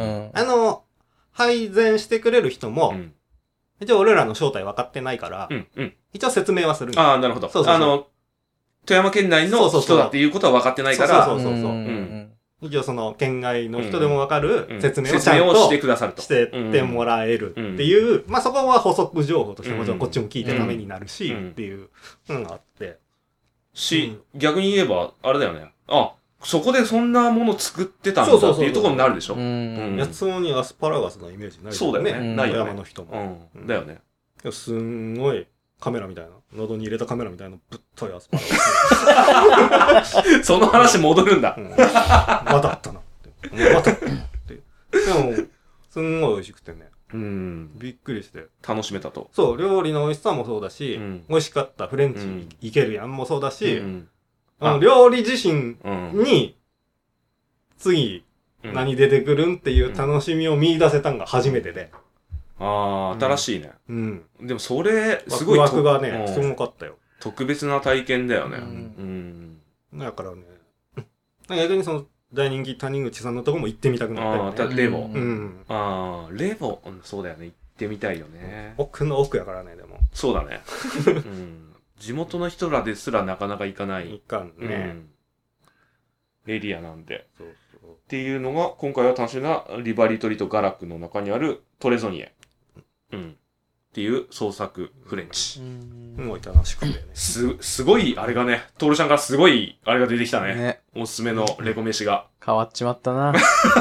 配膳してくれる人も、一応俺らの正体分かってないから、一応説明はする。 ああ、なるほど。富山県内の人だっていうことは分かってないから、 一応その県外の人でも分かる説明をちゃんとしてくださると。 してってもらえるっていう、まあそこは補足情報としてもちろんこっちも聞いてためになるし、っていうのがあって。 逆に言えば、あれだよね。そこでそんなもの作ってたんだっていうところになるでしょ。 八つ尾にアスパラガスのイメージないよね。 そうだよね。ないよね。 山の人も。 だよね。 すんごいカメラみたいな、喉に入れたカメラみたいなぶっといアスパラガス。 その話戻るんだ。 まだあったなって。まだって。でも、すんごい美味しくてね。びっくりして。 楽しめたと。 そう、料理の美味しさもそうだし、美味しかったフレンチいけるやんもそうだし、料理自身に、次、何出てくるんっていう楽しみを見出せたんが初めてで。 新しいね。でもそれ、すごい。 ワクワクがね、すごかったよ。 特別な体験だよね。 だからね、逆にその、大人気谷口さんのとこも行ってみたくなったよね。 レボ。レボ、そうだよね。行ってみたいよね。 奥の奥やからね、でも。 そうだね。地元の人らですらなかなか行かない。 いかんね。 エリアなんで。っていうのが、今回は単純なリバリトリとガラクの中にあるトレゾニエ。っていう創作フレンチ。すごい楽しくてね。 すごい、あれがね、トールちゃんからすごい、あれが出てきたね。おすすめのレコ飯が。 変わっちまったな。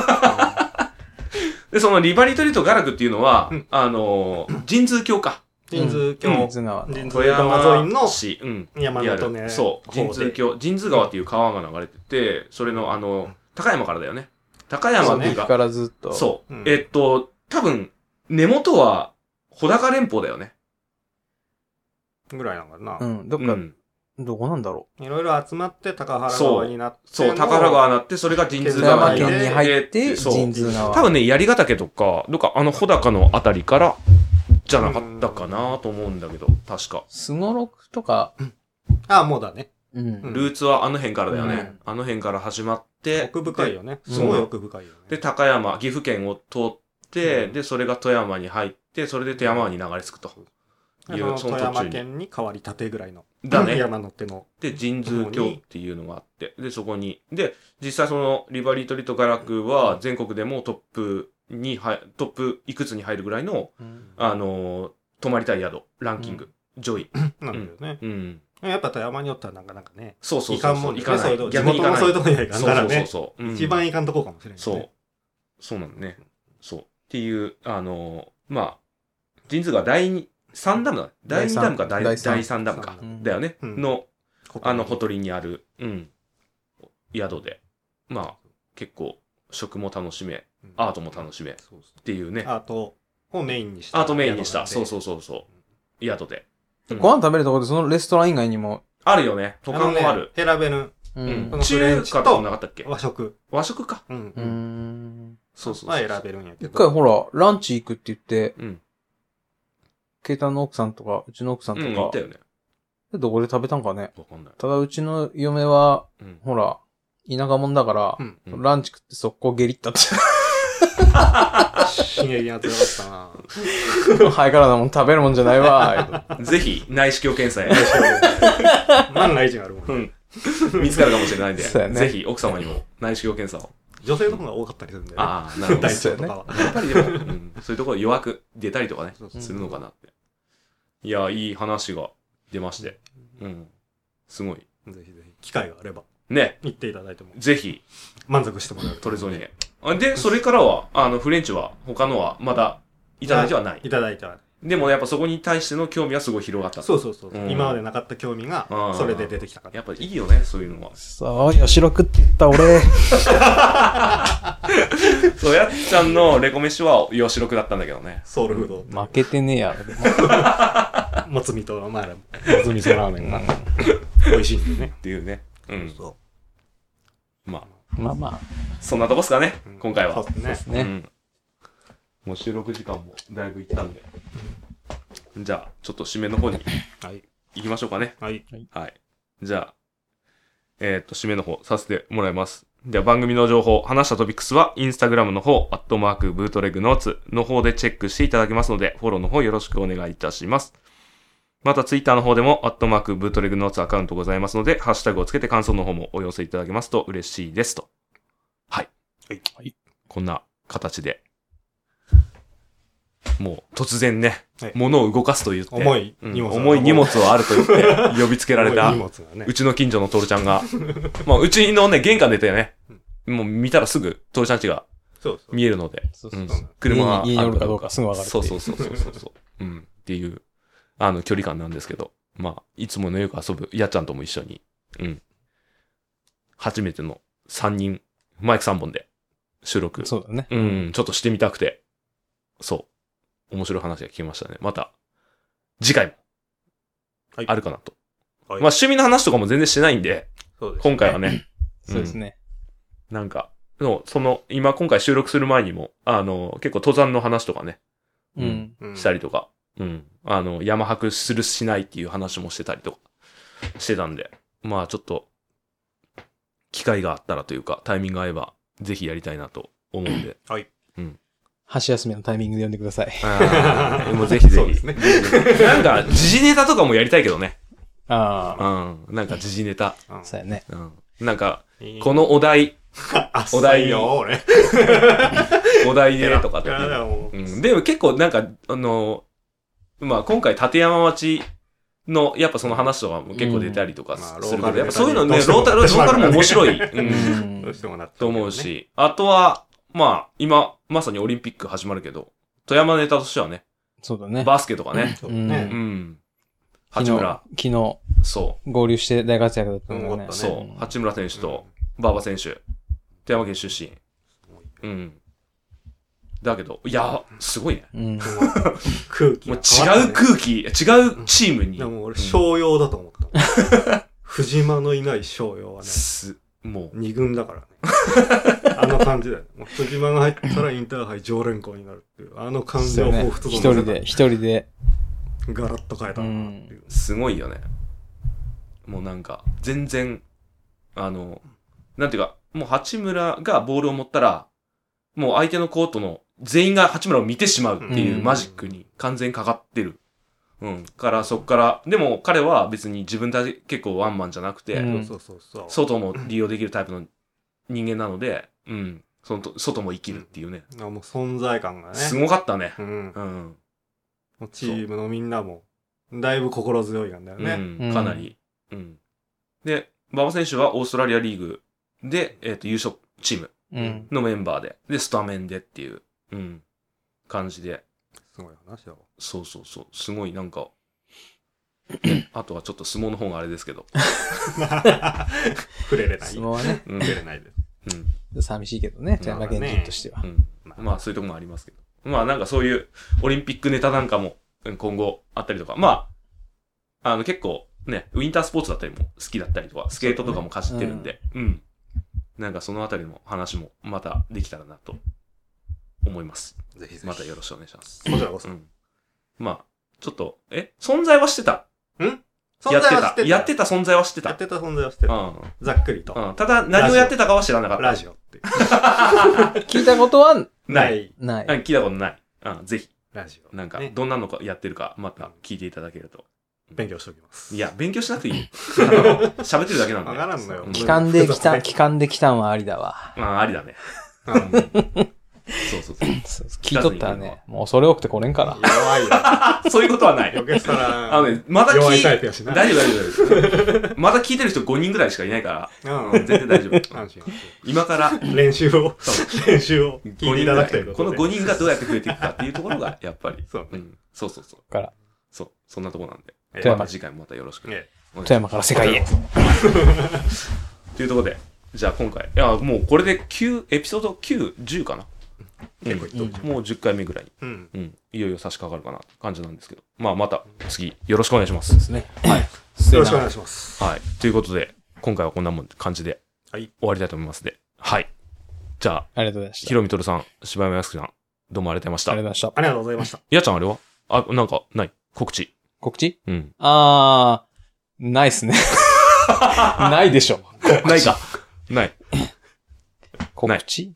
で、そのリバリトリとガラクっていうのは、神通峡か。 神通峡。 神通川。 富山沿いの市。 山のね。 そう。神通峡。神通川っていう川が流れてて、それの高山からだよね。高山っていうか。 からずっと。 そう。多分、根元は、穂高連峰だよね。 ぐらいなんかな。 どこなんだろう。いろいろ集まって高原川になって。 そう、高原川になって、それが神通川になって。県に入って、神通川。 多分ね、槍ヶ岳とか、どっか穂高のあたりから、じゃなかったかなと思うんだけど、確か。 スゴロクとか。 もうだね。 ルーツはあの辺からだよね。あの辺から始まって。 奥深いよね。すごい奥深いよね。 で、高山、岐阜県を通って、で、それが富山に入って、それで富山湾に流れ着くと。 富山県に変わりたてぐらいの。 だね。 山の手の。 で、神通峡っていうのがあって、で、そこに。で、実際その、リバリトリとガラクは全国でもトップいくつに入るぐらいの、 泊まりたい宿、ランキング、上位。 なんだよね。うん。やっぱ富山によってはなんかね。 そう。 行かんもんね。地元もそういうとこには行かんからね。 そう。 一番行かんとこかもしれない。 そうなのね。そう。っていう、まあ、神通川第3ダムだ。第2ダムか第3ダムか。だよね。の、ほとりにある、宿で。まあ、結構、食も楽しめ、アートも楽しめ。っていうね。 アートをメインにした。 アートメインにした。そう。宿で。 ご飯食べるところでそのレストラン以外にも。 あるよね。他もある。 選べる。 中華となかったっけ？ 和食。 和食か。そう。 選べるんやけど。 一回ほら、ランチ行くって言って、ケイタの奥さんとか、うちの奥さんとか。 行ったよね。 どこで食べたんかね。 わかんない。 ただうちの嫁は、ほら、田舎者だから、ランチ食って速攻下痢ったって。 刺激が強かったな。 ハイカラなもん食べるもんじゃないわ。 ぜひ、内視鏡検査や。万が一があるもん。 見つかるかもしれないんで、ぜひ奥様にも内視鏡検査を。 女性の方が多かったりするんだよね。 ああ、なるほど。大腸とかは。やっぱりでも、そういうところ弱く出たりとかね、するのかなって。いや、いい話が出まして。すごい。 ぜひぜひ、機会があれば。 ね。 行っていただいても。 ぜひ。 満足してもらえる。 トレゾニエ。で、それからは、フレンチは、他のは、まだ、いただいてはない。 いただいてはない。 でもやっぱそこに対しての興味はすごい広がった。 そう。今までなかった興味が、それで出てきたから。 やっぱりいいよね、そういうのは。 そう、吉六って言った俺。 そう、やっちゃんのレコ飯は吉六だったんだけどね。 ソウルフード。負けてねえやろ。 もつみと、まあ、もつみそラーメンが美味しいんでね。 っていうね。そう。まあ。 そんなとこっすかね、今回は。 そうですね。 もう収録時間もだいぶいったんで。じゃあ、ちょっと締めの方に行きましょうかね。 はい。 じゃあ、締めの方させてもらいます。では番組の情報、話したトピックスはインスタグラムの方、ブートレグノーツの方でチェックしていただけますので、フォローの方よろしくお願いいたします。またツイッターの方でも、ブートレグノーツアカウントございますので、ハッシュタグをつけて感想の方もお寄せいただけますと嬉しいですと。はい。こんな形で。もう突然ね、物を動かすと言って、 重い荷物はあると言って呼びつけられた、うちの近所のトルちゃんが、まあうちのね、玄関出てね、もう見たらすぐトルちゃん家が見えるので、車が家におるかどうかすぐわかる。 そう。っていう、距離感なんですけど、まあ、いつものよく遊ぶやっちゃんとも一緒に、初めての3人、マイク3本で収録。 そうだね。 ちょっとしてみたくて、面白い話が聞きましたね。また、次回も、あるかなと。まあ、趣味の話とかも全然してないんで、今回はね。 そうですね。 なんか、今回収録する前にも、結構登山の話とかね、したりとか、山泊するしないっていう話もしてたりとか、してたんで、まあちょっと、機会があったらというか、タイミング合えば、ぜひやりたいなと思うんで。 箸休めのタイミングで読んでください。 もうぜひぜひ。なんか、時事ネタとかもやりたいけどね。なんか時事ネタ。 そうやね。 なんか、このお題よ、俺。 お題でとかって。でも結構なんか、まあ今回立山町の、やっぱその話とかも結構出たりとかするけど、やっぱそういうのね、ローカルも面白い。と思うし、あとは、まあ、今、まさにオリンピック始まるけど、富山ネタとしてはね。 そうだね。 バスケとかね。八村。 昨日。 そう。 合流して大活躍だったもんね。 そう。八村選手と、馬場選手。富山県出身。だけど、いや、すごいね。 空気。 もう違う空気、違うチームに。 でも俺、商用だと思った。藤間のいない商用はね。もう。二軍だからね。あの感じだよね。もう藤間が入ったらインターハイ常連校になるっていう。あの感じを彷彿と一人で。 ガラッと変えたなっていう。 すごいよね。もうなんか、全然、なんていうか、もう八村がボールを持ったら、もう相手のコートの全員が八村を見てしまうっていうマジックに完全かかってる。からそっから、でも彼は別に自分だけ結構ワンマンじゃなくて、外も利用できるタイプの人間なので、外も生きるっていうね。 もう存在感がね。 すごかったね。 チームのみんなも、だいぶ心強いなんだよね。 うん、かなり。うん。で、馬場選手はオーストラリアリーグで、優勝チームのメンバーで、で、スタメンでっていう、うん、感じで。 すごい話だわ。 そうそうそう。すごいなんか、あとはちょっと相撲の方があれですけど。 触れれない。 相撲はね。 触れれないです。 うん。寂しいけどね、富山県人としては。 まあそういうとこもありますけど。まあなんかそういうオリンピックネタなんかも今後あったりとか。まあ、結構ね、ウィンタースポーツだったりも好きだったりとか、スケートとかもかじってるんで、うん。なんかそのあたりの話もまたできたらなと思います。 ぜひぜひ。 またよろしくお願いします。 こちらこそ。 まあ、ちょっと、存在はしてた。やってた存在は知ってた。 やってた存在は知ってた。ざっくりと。 ただ、何をやってたかは知らなかった。 ラジオって。 聞いたことはない。 聞いたことない。ぜひ。 ラジオ。 なんか、どんなのかやってるか、また聞いていただけると。 勉強しておきます。 いや、勉強しなくていい。喋ってるだけなんで。 わからんのよ。 期間で来たんはありだわ。 ありだね。そうそう。 聞いとったらね、もうそれ多くて来れんから。 弱いよ。 そういうことはない。 余計したら、 まだ弱いタイプやしな。 大丈夫。まだ聞いてる人5人ぐらいしかいないから、全然大丈夫。今から練習を聞いていただきたいこと。 この5人がどうやって増えていくかっていうところが、やっぱり。そうそう。 から。 そう、そんなところなんで。 富山次回もまたよろしく。 富山から世界へ。 というところで、じゃあ今回、もうこれでエピソード9、10かな。 結構いっともう10回目ぐらいに、いよいよ差し掛かるかな感じなんですけど、また次よろしくお願いします。 ですね。 はい。よろしくお願いします。 はい。ということで、今回はこんな感じで終わりたいと思いますので、はい。じゃあ、 ありがとうございました。 ひろみとるさん、柴山やすきさん、どうもありがとうございました。 ありがとうございました。 ありがとうございました。 やちゃんあれはなんか、ない告知ないっすね。ないでしょ。 ないか。ない。 告知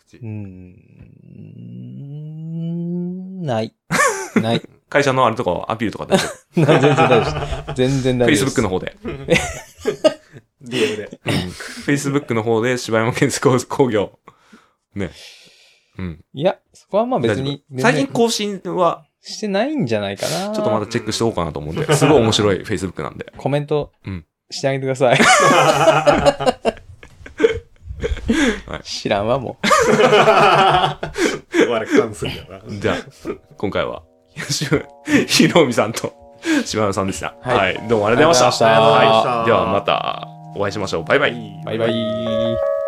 ない。 会社のあれとかアピールとか大丈夫全然大丈夫。全然大丈夫。 Facebook の方で。 DM で。 Facebook の方で柴山建設工業。ね。 いや、そこはまあ別に。 最近更新はしてないんじゃないかな。 ちょっとまたチェックしておこうかなと思うんで。すごい面白い Facebook なんで。 コメントしてあげてください。知らんわ、もう。 じゃあ、今回は、ひろみさんと柴山さんでした。はい。どうもありがとうございました。はい。ではまたお会いしましょう。バイバイ。 バイバイ。